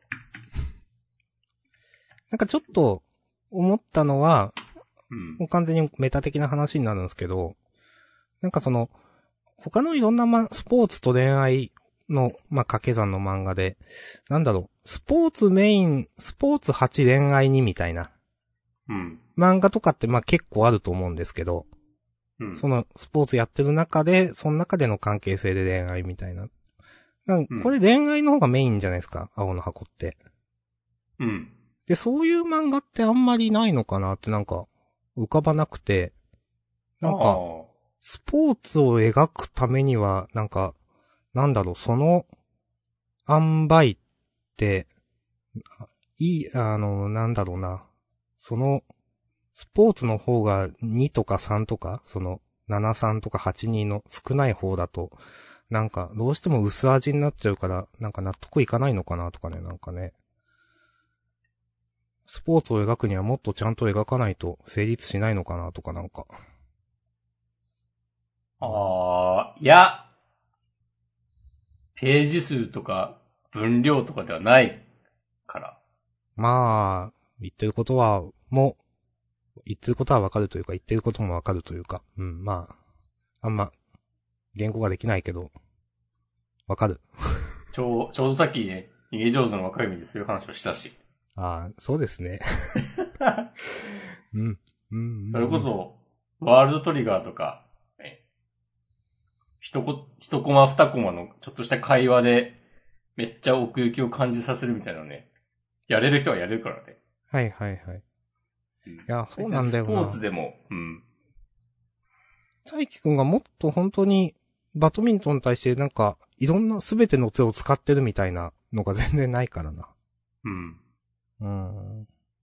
なんかちょっと、思ったのは、 うん。 もう完全にメタ的な話になるんですけど、なんかその、他のいろんなま、スポーツと恋愛の、まあ、掛け算の漫画で、なんだろう、スポーツメイン、スポーツはち恋愛にみたいな、 うん。 漫画とかってまあ結構あると思うんですけど、 うん。 そのスポーツやってる中で、その中での関係性で恋愛みたいな。なんかこれ恋愛の方がメインじゃないですか、青の箱って。 うん。 で、そういう漫画ってあんまりないのかなってなんか、浮かばなくて、なんか、 あスポーツを描くためには、なんか、なんだろう、その、塩梅って、いい、あの、なんだろうな。その、スポーツの方がにとかさんとか、その、ななさんとかはちにの少ない方だと、なんか、どうしても薄味になっちゃうから、なんか納得いかないのかなとかね、なんかね。 スポーツを描くにはもっとちゃんと描かないと成立しないのかなとかなんか。 ああ、いや、ページ数とか分量とかではないから。 まあ、言ってることは、もう、言ってることはわかるというか、言ってることもわかるというか、うん、まあ、あんま、言語ができないけど、わかる。 ちょう、ちょうどさっきね、逃げ上手の若い意味でそういう話をしたし。 ああ、そうですね。うん、うん、うん。 それこそ、ワールドトリガーとか、ね、一こ、一コマ二コマのちょっとした会話で、めっちゃ奥行きを感じさせるみたいなのね、やれる人はやれるからね。 はいはいはい。 うん、 いや、そうなんだよな。 スポーツでも、うん。 大輝くんがもっと本当に、バドミントンに対してなんか、いろんな全ての手を使ってるみたいなのが全然ないからな。 うん。 うん。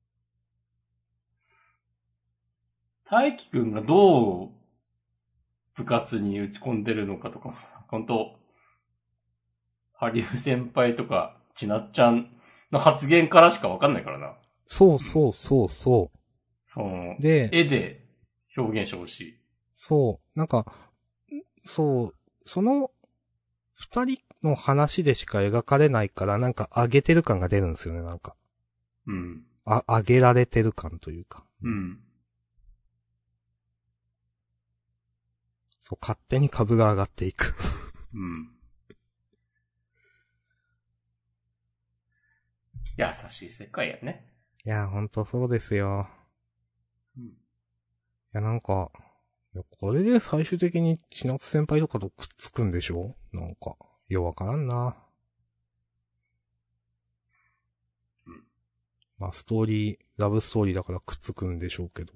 大輝くんがどう部活に打ち込んでるのかとかも、本当ハリウ先輩とか、ちなっちゃんの発言からしかわかんないからな。 そうそうそうそう。 その、 で、 絵で表現してほしい。 そう。なんか、そう、その、二人の話でしか描かれないから、なんか上げてる感が出るんですよね、なんか。 うん。 あ、上げられてる感というか。 うん。 そう、勝手に株が上がっていく。 うん。優しい世界やね。 いや、ほんとそうですよ。 うん。いや、なんか、いやこれで最終的に千夏先輩とかとくっつくんでしょなんか、ようわからんな。 うん。 まあ、ストーリー、ラブストーリーだからくっつくんでしょうけど。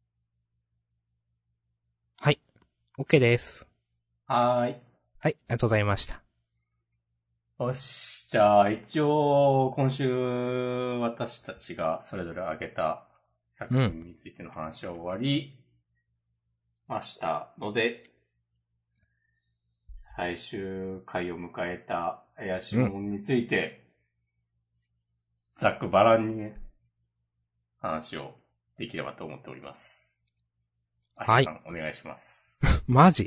はい。OK です。 はーい。 はい、ありがとうございました。 よし。じゃあ、一応、今週、私たちがそれぞれ挙げた作品についての話は終わりましたので、最終回を迎えた怪しもんについて、うん、ざっくばらんにね、話をできればと思っております。明日さん、はい、お願いします。 マジ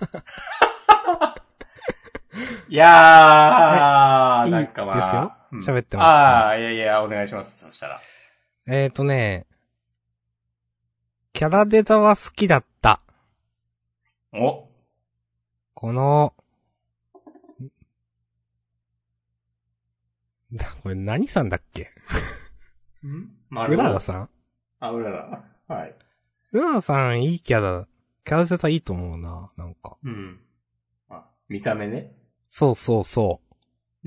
いやー、なんかまあ。 ですよ。喋、うん、ってます。 ああ、いやいや、お願いします。そしたら。 えーとね、キャラデザは好きだった。 おこの、これ何さんだっけんうららさんあ、うらら。はい。 うららさんいいキャラ、キャラデザいいと思うな、なんか。 うん。あ、見た目ね。 そうそうそう。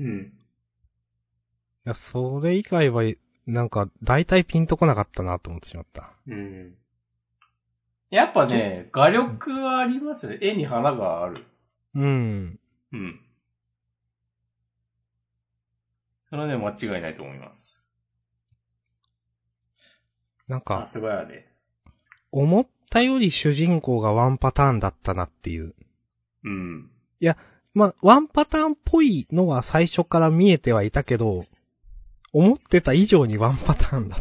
うん。いや、それ以外は、なんか、大体ピンとこなかったなと思ってしまった。 うん。やっぱね、画力はありますよね。絵に花がある。 うん。 うん。それはね、間違いないと思います。 なんか、 さすがやで。 思ったより主人公がワンパターンだったなっていう。 うん。 いや、まあ、ワンパターンっぽいのは最初から見えてはいたけど、思ってた以上にワンパターンだった。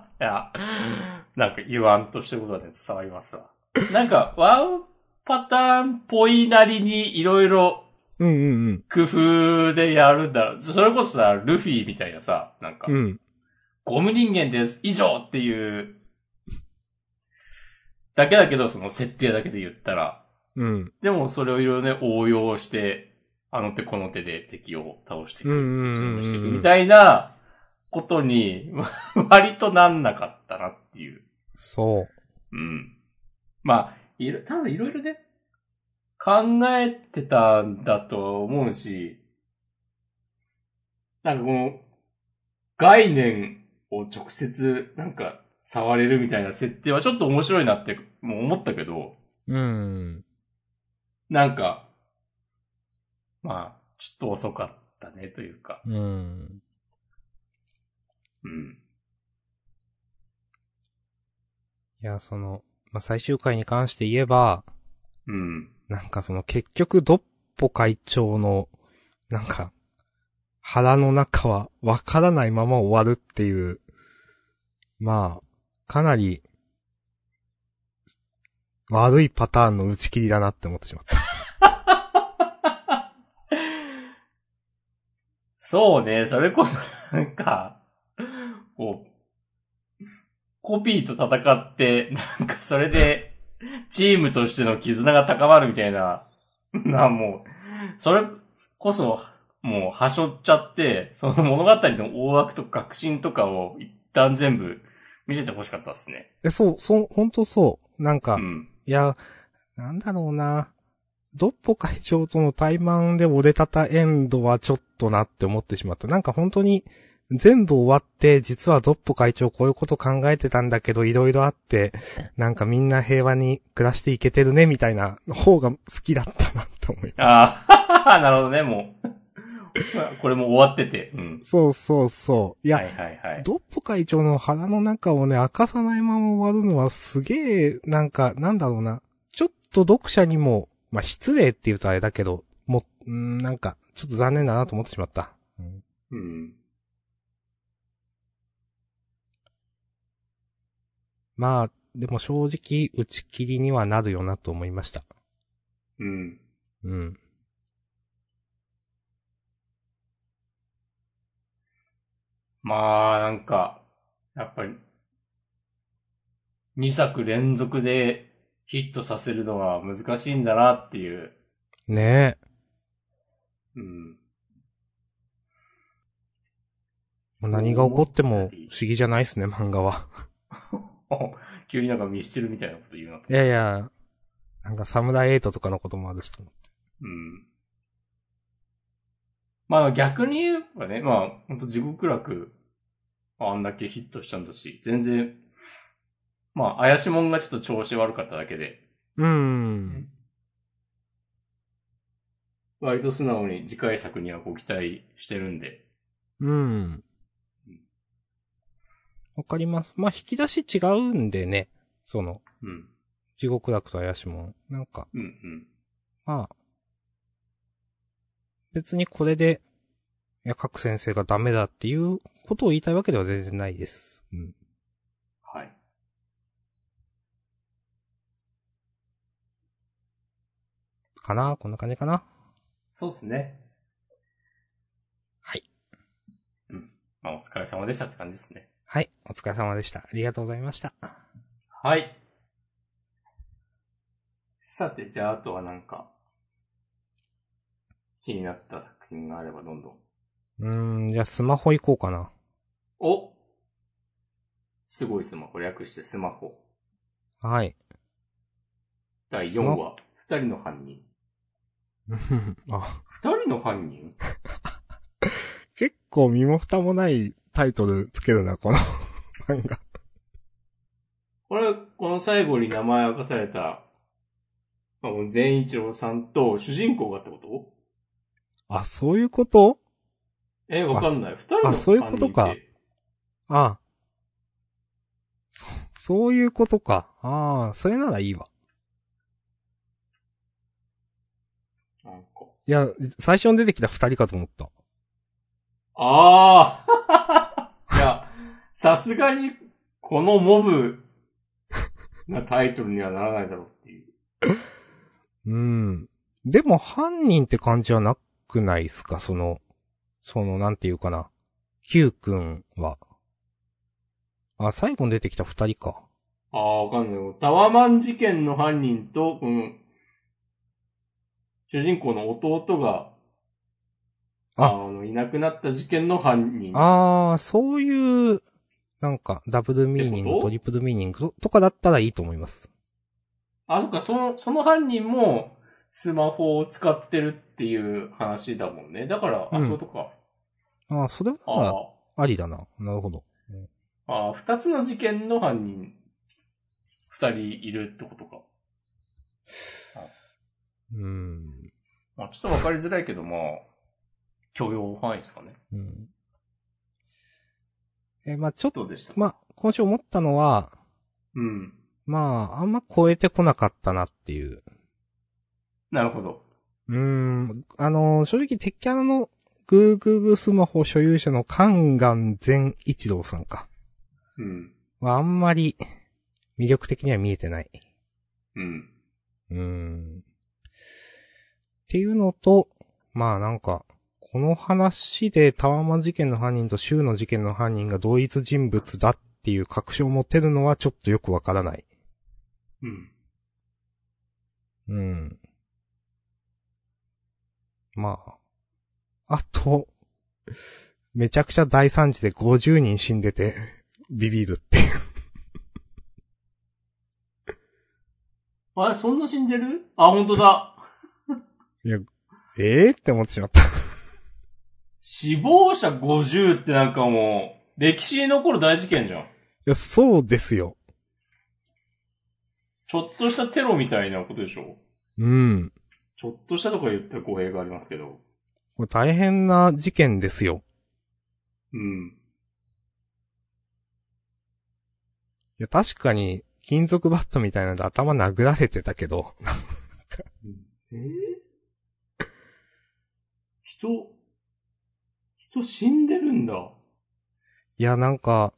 いや、なんか言わんとしてることはね、伝わりますわ。なんか、ワンパターンっぽいなりにいろいろ、 うんうんうん。 工夫でやるんだろう。それこそさ、ルフィみたいなさ、なんか、 うん、 ゴム人間です、以上っていう、だけだけど、その設定だけで言ったら、 うん。 でもそれをいろいろね、応用して、あの手この手で敵を倒していく、 うんしていくみたいなことに、割となんなかったなっていう。 そう。 うん。まあ、いろ、多分いろいろね、考えてたんだと思うし、なんかこの、概念を直接、なんか、触れるみたいな設定はちょっと面白いなって、もう思ったけど、 うん。 なんか、まあ、ちょっと遅かったね、というか。 うん。 うん。 いや、その、まあ、最終回に関して言えば、 うん。 なんかその結局ドッポ会長の、なんか、 腹の中はわからないまま終わるっていう、まあ、かなり、悪いパターンの打ち切りだなって思ってしまった。 そうね、それこそ、なんか、こう、コピーと戦って、なんかそれで、チームとしての絆が高まるみたいな、な、もう、それこそ、もう、はしょっちゃって、その物語の大枠とか革新とかを一旦全部見せてほしかったですね。 え、そう、そう、ほんとそう。なんか、 うん。 いや、なんだろうな。ドッポ会長との対マンで折れたたエンドはちょっとなって思ってしまった。なんか本当に全部終わって、実はドッポ会長こういうこと考えてたんだけど、いろいろあって、なんかみんな平和に暮らしていけてるね、みたいな方が好きだったなと思います。 ああ、なるほどね、もう。これも終わってて。うん。 そうそうそう。いや、 はいはいはい。 ドッポ会長の腹の中をね、明かさないまま終わるのはすげえ、なんか、なんだろうな。ちょっと読者にも、まあ、失礼って言うとあれだけど、もう、んなんか、ちょっと残念だなと思ってしまった。うん。 うん。 まあ、でも正直、打ち切りにはなるよなと思いました。 うん。 うん。 まあ、なんか、やっぱり、にさく連続でヒットさせるのは難しいんだなっていう。 ねえ。 うん。 もう何が起こっても不思議じゃないっすね、漫画は。 急になんかミスチルみたいなこと言うなと。 いやいや、なんかサムライエイトとかのこともあるしと思って。 うん。まあ逆に言えばね、まあ、ほんと地獄楽、あんだけヒットしたんだし、全然、まあ、怪しもんがちょっと調子悪かっただけで、 うーん。 割と素直に次回作にはご期待してるんで。 うん。わかります。まあ、引き出し違うんでね。その、 うん。 地獄楽と怪しもん。なんか、 うんうん。 まあ、別にこれで、いや、各先生がダメだっていうことを言いたいわけでは全然ないです。うん。 はい。 かなこんな感じかなそうですね。 はい。 うん。まあ、お疲れ様でしたって感じですね。 はい。お疲れ様でした。ありがとうございました。 はい。さて、じゃあ、あとはなんか、気になった作品があればどんどん。 うーん、じゃあスマホ行こうかな。 おすごいスマホ、略してスマホ。 はい。 だいよんわ、二人の犯人。 あ、 二人の犯人結構身も蓋もないタイトルつけるな、この漫画。 これ、この最後に名前明かされた、まあ、善一郎さんと主人公がってこと？ あ、そういうこと？ え、わかんない。二人の犯人って。 あ、そういうことか。あそ、そういうことか。ああ、それならいいわ。 なんか。 いや、最初に出てきた二人かと思った。 ああいや、さすがに、このモブなタイトルにはならないだろうっていう。 うん。でも犯人って感じはなくないっすか？その、その、なんていうかな。Q 君は。あ、最後に出てきた二人か。 ああ、わかんないよ。タワマン事件の犯人と、うん、主人公の弟が、あの、いなくなった事件の犯人。 ああ、そういう、なんか、ダブルミーニング、トリプルミーニングとかだったらいいと思います。 あ、そっか、その、その犯人も、スマホを使ってるっていう話だもんね。だから、うん、あ、そういうことか。 ああ、それは、ありだな。なるほど。うん、 ああ、二つの事件の犯人、二人いるってことか。 うん。 まあ、ちょっとわかりづらいけど、まあ、許容範囲ですかね。 うん。え、まあちょっと、 どうでしたまあ今週思ったのは、 うん。 まあ、あんま超えてこなかったなっていう。 なるほど。 うーん、あの、正直敵キャラの Google スマホ所有者の関願善一郎さんか。 うん。 はあんまり魅力的には見えてない。 うん。 うーん。っていうのと、まあなんか、この話でタワマン事件の犯人と州の事件の犯人が同一人物だっていう確証を持てるのはちょっとよくわからない。 うん。 うん。まあ。あと、めちゃくちゃ大惨事でごじゅうにん死んでて、ビビるっていう。 あれ、そんな死んでる？あ、ほんとだ。 いや、ええー、って思ってしまった。 死亡者ごじゅうってなんかもう、歴史に残る大事件じゃん。いや、そうですよ。 ちょっとしたテロみたいなことでしょ？ うん。 ちょっとしたとか言ったら語弊がありますけど。 これ大変な事件ですよ。 うん。 いや、確かに、金属バットみたいなので頭殴られてたけど。 えー、人、人死んでるんだ。 いや、なんか、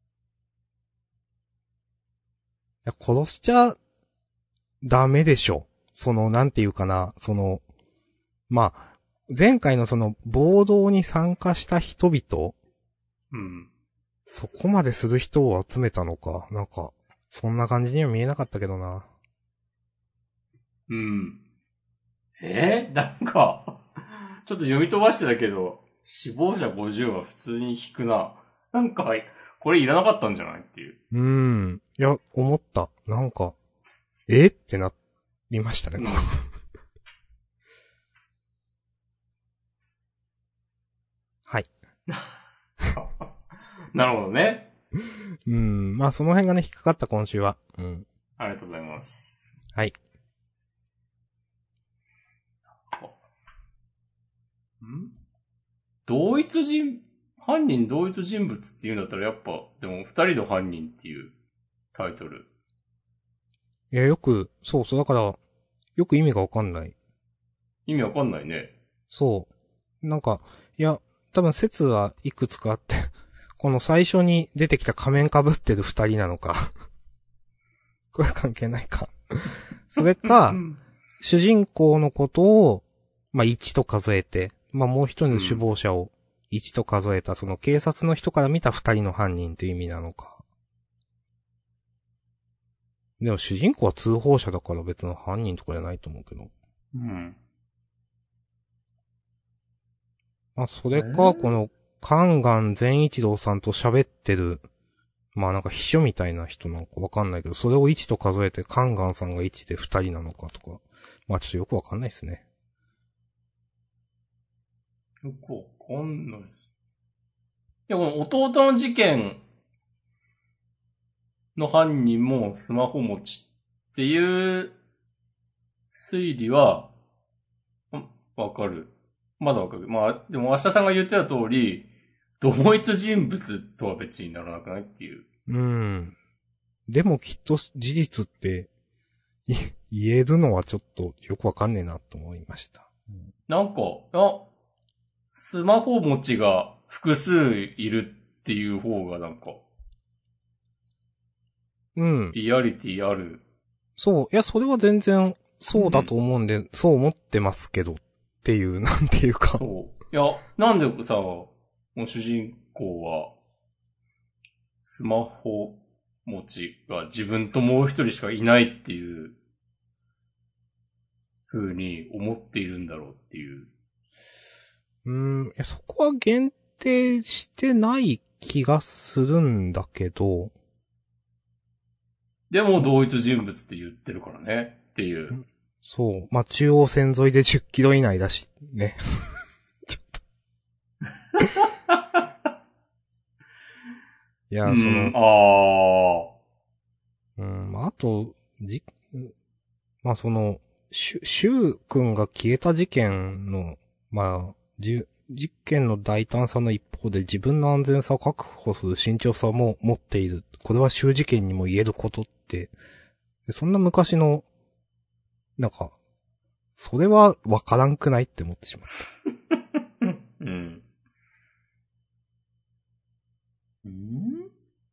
いや、殺しちゃ、ダメでしょ。その、なんていうかな、その、まあ、前回のその、暴動に参加した人々、 うん。 そこまでする人を集めたのか、なんか、そんな感じには見えなかったけどな。 うん。えー、なんか、ちょっと読み飛ばしてたけど、死亡者ごじゅうは普通に引くな。なんか、これいらなかったんじゃないっていう。 うーん。いや、思った。なんか、えってなりましたね。うん、はい。 なるほどね。 うん。まあ、その辺がね、引っかかった今週は。うん。 ありがとうございます。 はい。 ん同一人、犯人同一人物っていうんだったらやっぱ、でも二人の犯人っていうタイトル。 いや、よく、そうそう、だから、よく意味がわかんない。 意味わかんないね。 そう。なんか、いや、多分説はいくつかあって、この最初に出てきた仮面被ってる二人なのか。これは関係ないか。それか、主人公のことを、まあ、いちと数えて、まあ、もう一人の首謀者をいちと数えた、その警察の人から見た二人の犯人という意味なのか。でも主人公は通報者だから別の犯人とかじゃないと思うけど。 うん。 まあ、それか、この、関願善一郎さんと喋ってる、まあなんか秘書みたいな人なのかわかんないけど、それをいちと数えて、関願さんがいちでふたりなのかとか。まあちょっとよくわかんないですね。 よくわかんないです。いや、この弟の事件の犯人もスマホ持ちっていう推理は、わかる。まだわかる。まあ、でも明日さんが言ってた通り、同一人物とは別にならなくないっていう。 うん。でもきっと事実って、言えるのはちょっとよくわかんねえなと思いました。 うん、なんか、あ、スマホ持ちが複数いるっていう方がなんか、 うん。 リアリティある。 そう。いや、それは全然そうだと思うんで、うん、そう思ってますけどっていう、なんていうか。 そう。いや、なんでさ、もう主人公は、スマホ持ちが自分ともう一人しかいないっていう風に思っているんだろうっていう。 うーん、そこは限定してない気がするんだけど。 でも同一人物って言ってるからねっていう。 そう。まあ、中央線沿いでじゅっキロ以内だし、ね。ちょっと。いや、その。 ああ。 うん、まあ、あと、じ、まあ、その、シュ、シュウ君が消えた事件の、まあ、じ、実験の大胆さの一方で自分の安全さを確保する慎重さも持っている。これはシュウ事件にも言えることって、そんな昔の、なんか、それはわからんくないって思ってしまった。 うん。 ん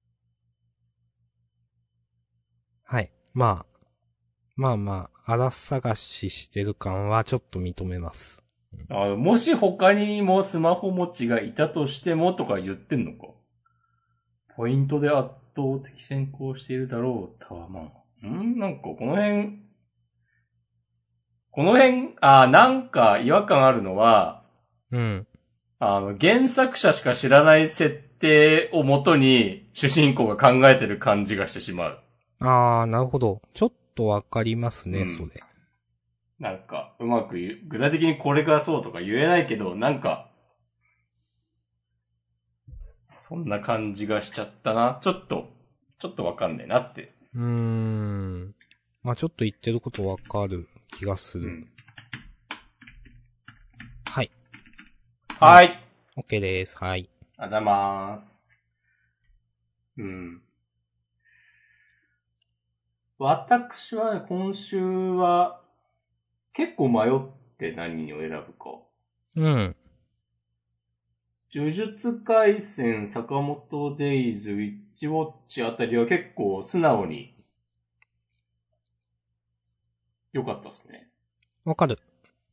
はい。まあ。まあまあ、荒探ししてる感はちょっと認めます。 あ、もし他にもスマホ持ちがいたとしてもとか言ってんのか。ポイントで圧倒的先行しているだろうとは、まあ。んなんかこの辺、この辺、あ、なんか違和感あるのは、 うん。 あの、原作者しか知らない設定をもとに主人公が考えてる感じがしてしまう。 あー、なるほど。ちょっとわかりますね、 うんそれ。 なんか、うまく言う、具体的にこれがそうとか言えないけど、なんか、そんな感じがしちゃったな。ちょっと、ちょっとわかんねえなって。 うーん。まあちょっと言ってることわかる気がする。 うん。 はい。 はい。 OK です。はい。 ありがとうございます。うん。私はね、今週は、結構迷って何を選ぶか。 うん。 呪術廻戦、坂本デイズ、ウィッチウォッチあたりは結構素直に良かったですね。 わかる。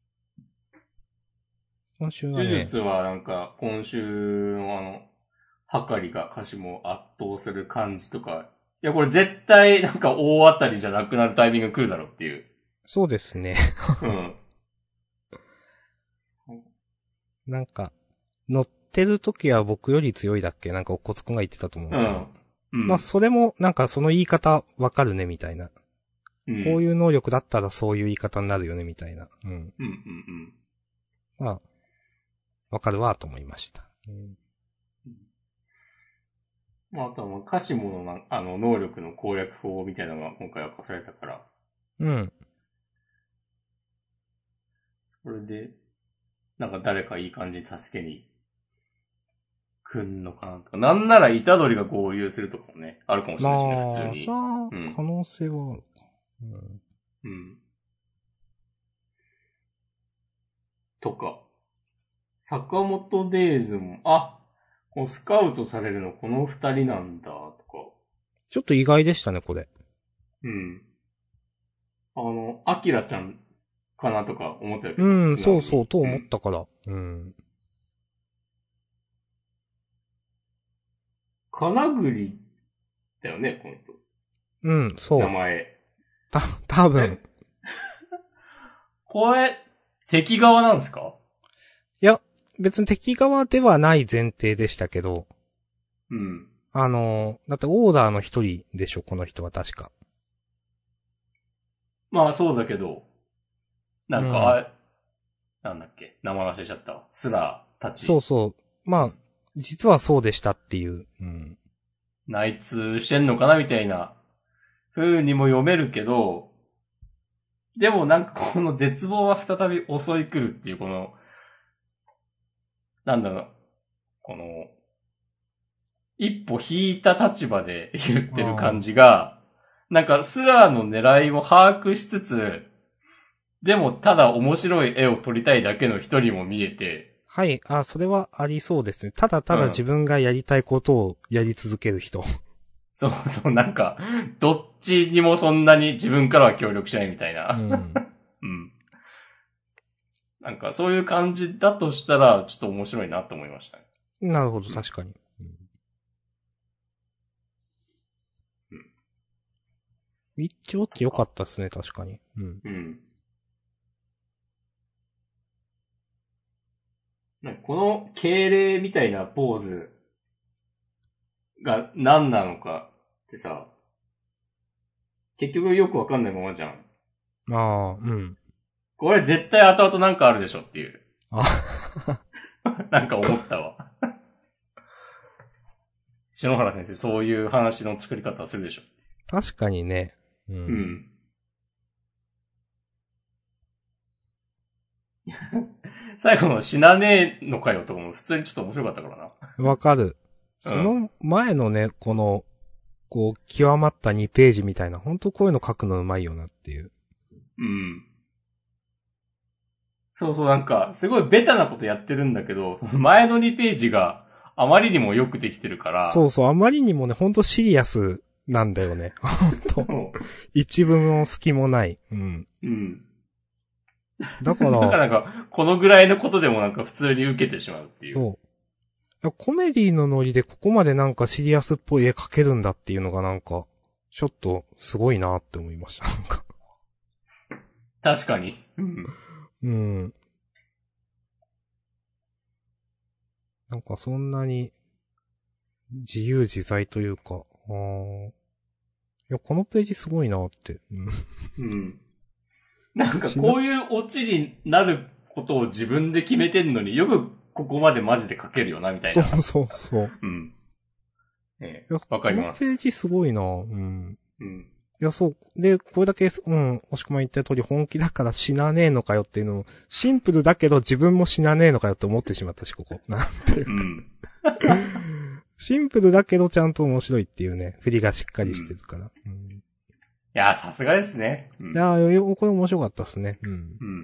今週は呪ね。 術はなんか今週のあの、はかりが歌詞も圧倒する感じとか、いやこれ絶対なんか大当たりじゃなくなるタイミングが来るだろうっていう。 そうですね。 うん。 なんか、乗ってる時は僕より強いだっけなんかおこつくんが言ってたと思うんですけど。 うん。うん。 まあそれもなんかその言い方わかるねみたいな。 うん、 こういう能力だったらそういう言い方になるよねみたいな。うん。 うん、うん、うん。 まあ、わかるわと思いました。うん。 まあ、あとはもう歌詞ものな、あの、能力の攻略法みたいなのが今回明かされたから。 うん。 それで、なんか誰かいい感じに助けに来んのかなとか。なんなら虎杖が合流するとかもね、あるかもしれないしね、普通まあ、 に。 さあ、 うん。 可能性はあるか。うん。 うん。とか。坂本デイズも、あ、このスカウトされるのこの二人なんだ、とか。 ちょっと意外でしたね、これ。 うん。あの、アキラちゃんかなとか思ってたけど、 うん、 素直に。 そうそう、と思っうん。 たから。うん。 金栗だよね、この人。 うん、そう。 名前。 た、多分。 え、これ、敵側なんですか？ いや、別に敵側ではない前提でしたけど、 うん。 あの、だってオーダーの一人でしょ、この人は確か。 まあそうだけど、なんか、 うん。 あれ、なんだっけ、名前忘れちゃったわ。スラーたち。 そうそう。まあ、 うん。 実はそうでしたっていう。うん。 内通してんのかなみたいな風にも読めるけど、でもなんかこの絶望は再び襲い来るっていうこの、なんだろう、この、一歩引いた立場で言ってる感あじが、なんかスラーの狙いを把握しつつ、でもただ面白い絵を撮りたいだけの一人も見えて、 はい、あ、それはありそうですね。ただただ自うん。 分がやりたいことをやり続ける人。 そうそう、なんか、どっちにもそんなに自分からは協力しないみたいな。 うん。 うん。なんかそういう感じだとしたら、ちょっと面白いなと思いましたね。 なるほど、 うん。 確かに。 うん。 ウィッチウォッチ良かったですね、確かに。うん。 うん。なんかこの敬礼みたいなポーズが何なのかってさ、結局よくわかんないままじゃん。 ああ、うん。 これ絶対後々なんかあるでしょっていう。 あなんか思ったわ。篠原先生、そういう話の作り方をするでしょ。 確かにね。うん。 うん。最後の死なねえのかよとかも普通にちょっと面白かったからな。 わかる。 うん。 その前のね、この、こう、極まったにページみたいな、本当こういうの書くのうまいよなっていう。 うん。そうそう、なんか、すごいベタなことやってるんだけど、その前のにページが、 あまりにもよくできてるから。 そうそう、あまりにもね、ほんとシリアスなんだよね。ほんと。一部の隙もない。うん。 うん。 だから。 だからなんか、このぐらいのことでもなんか普通に受けてしまうっていう。 そう。コメディのノリでここまでなんかシリアスっぽい絵描けるんだっていうのがなんか、ちょっとすごいなって思いました。なんか。 確かに。うん。 うん。なんかそんなに自由自在というか、あーいや、このページすごいなって。うん。 うん。なんかこういうオチになることを自分で決めてんのによくここまでマジで書けるよな、みたいな。 そうそうそう。 うん。ええ、わかります。 このページすごいな。うん。 うん。 いや、そう。で、これだけ、うん、押し込ま言った通り本気だから死なねえのかよっていうのを、シンプルだけど自分も死なねえのかよって思ってしまったし、ここ。なんていうか。うん、シンプルだけどちゃんと面白いっていうね、振りがしっかりしてるから。うんうん、いや、さすがですね。 うん、いや、これ面白かったですね。うん。 うん。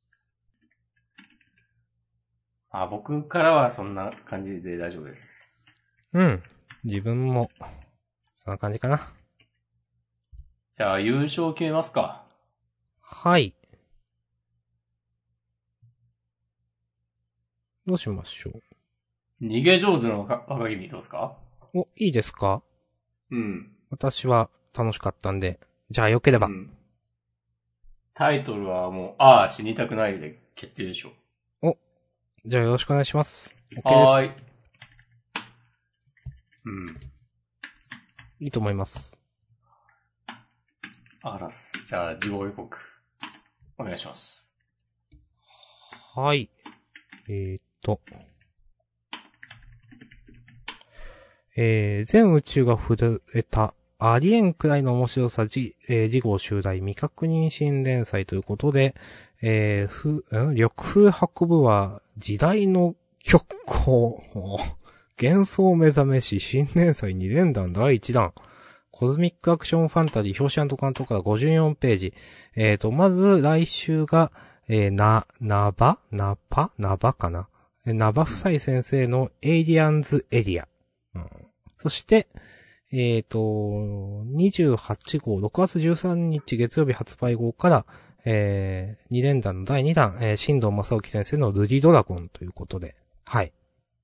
あ、僕からはそんな感じで大丈夫です。 うん。自分も、そんな感じかな。 じゃあ、優勝決めますか。 はい。どうしましょう。 逃げ上手の若君どうですか？ お、いいですか？ うん。 私は楽しかったんで、じゃあ良ければ。うん、 タイトルはもう、ああ、死にたくないで決定でしょう。お、じゃあよろしくお願いします。OK です。 はーい。うん。 いいと思います。 あざす。じゃあ、事後予告。お願いします。 はい。えーっと。えー、全宇宙が震えた、ありえんくらいの面白さ、じ、えー、事後襲来未確認新連載ということで、えー、ふ、ん緑風運ぶは、時代の極光。幻想目覚めし新連載に連弾だいいちだん。コズミックアクションファンタジー表紙関東からごじゅうよんページ。えーと、まず来週が、えー、な、なばなぱなばかななば夫妻先生のエイリアンズエリア。うん、そして、えーと、にじゅうはちごう、ろくがつじゅうさんにち月曜日発売号から、えー、に連弾のだいにだん、えー、新藤正幸先生のルディドラゴンということで。はい。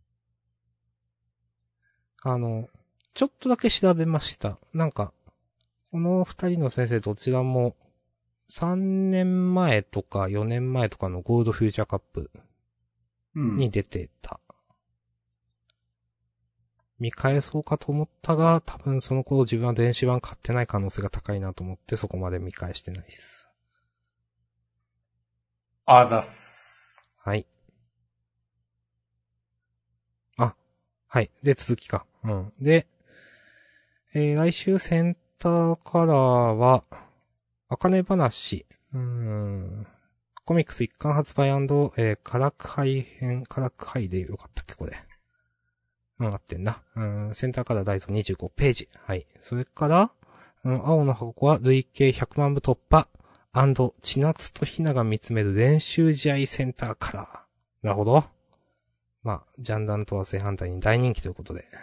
あの、ちょっとだけ調べました。なんか、この二人の先生どちらも、さんねんまえとかよねんまえとかのゴールドフューチャーカップに出てた。うん、見返そうかと思ったが、多分その頃自分は電子版買ってない可能性が高いなと思ってそこまで見返してないっす。 あざっす。 はい。あ、はい。で、続きか。うん。で、えー、来週センターカラーは、あかね話。うーん。コミックス一巻発売&、えー、カラクハイ編、カラクハイでよかったっけこれ。うん、合ってんな。うん、センターカラーダイソーにじゅうごページ。はい。それから、うん、青の箱は累計ひゃくまんぶ突破。千夏とひなが見つめる練習試合センターカラー。なるほど。まあ、ジャンダンとは正反対に大人気ということで。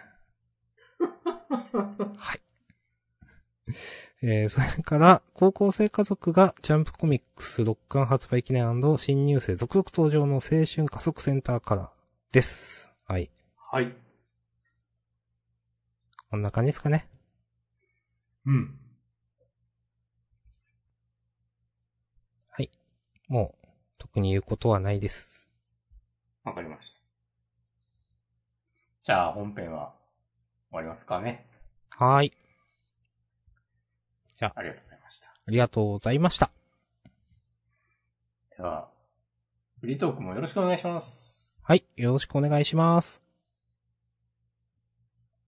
はい。えー、それから、高校生家族がジャンプコミックスろっかん発売記念&新入生続々登場の青春加速センターカラーです。はい。 はい。 こんな感じですかね。 うん。 はい。もう、特に言うことはないです。 わかりました。じゃあ、本編は終わりますかね。 はーい。じゃあ、 ありがとうございました。 ありがとうございました。 では、フリートークもよろしくお願いします。 はい、よろしくお願いします。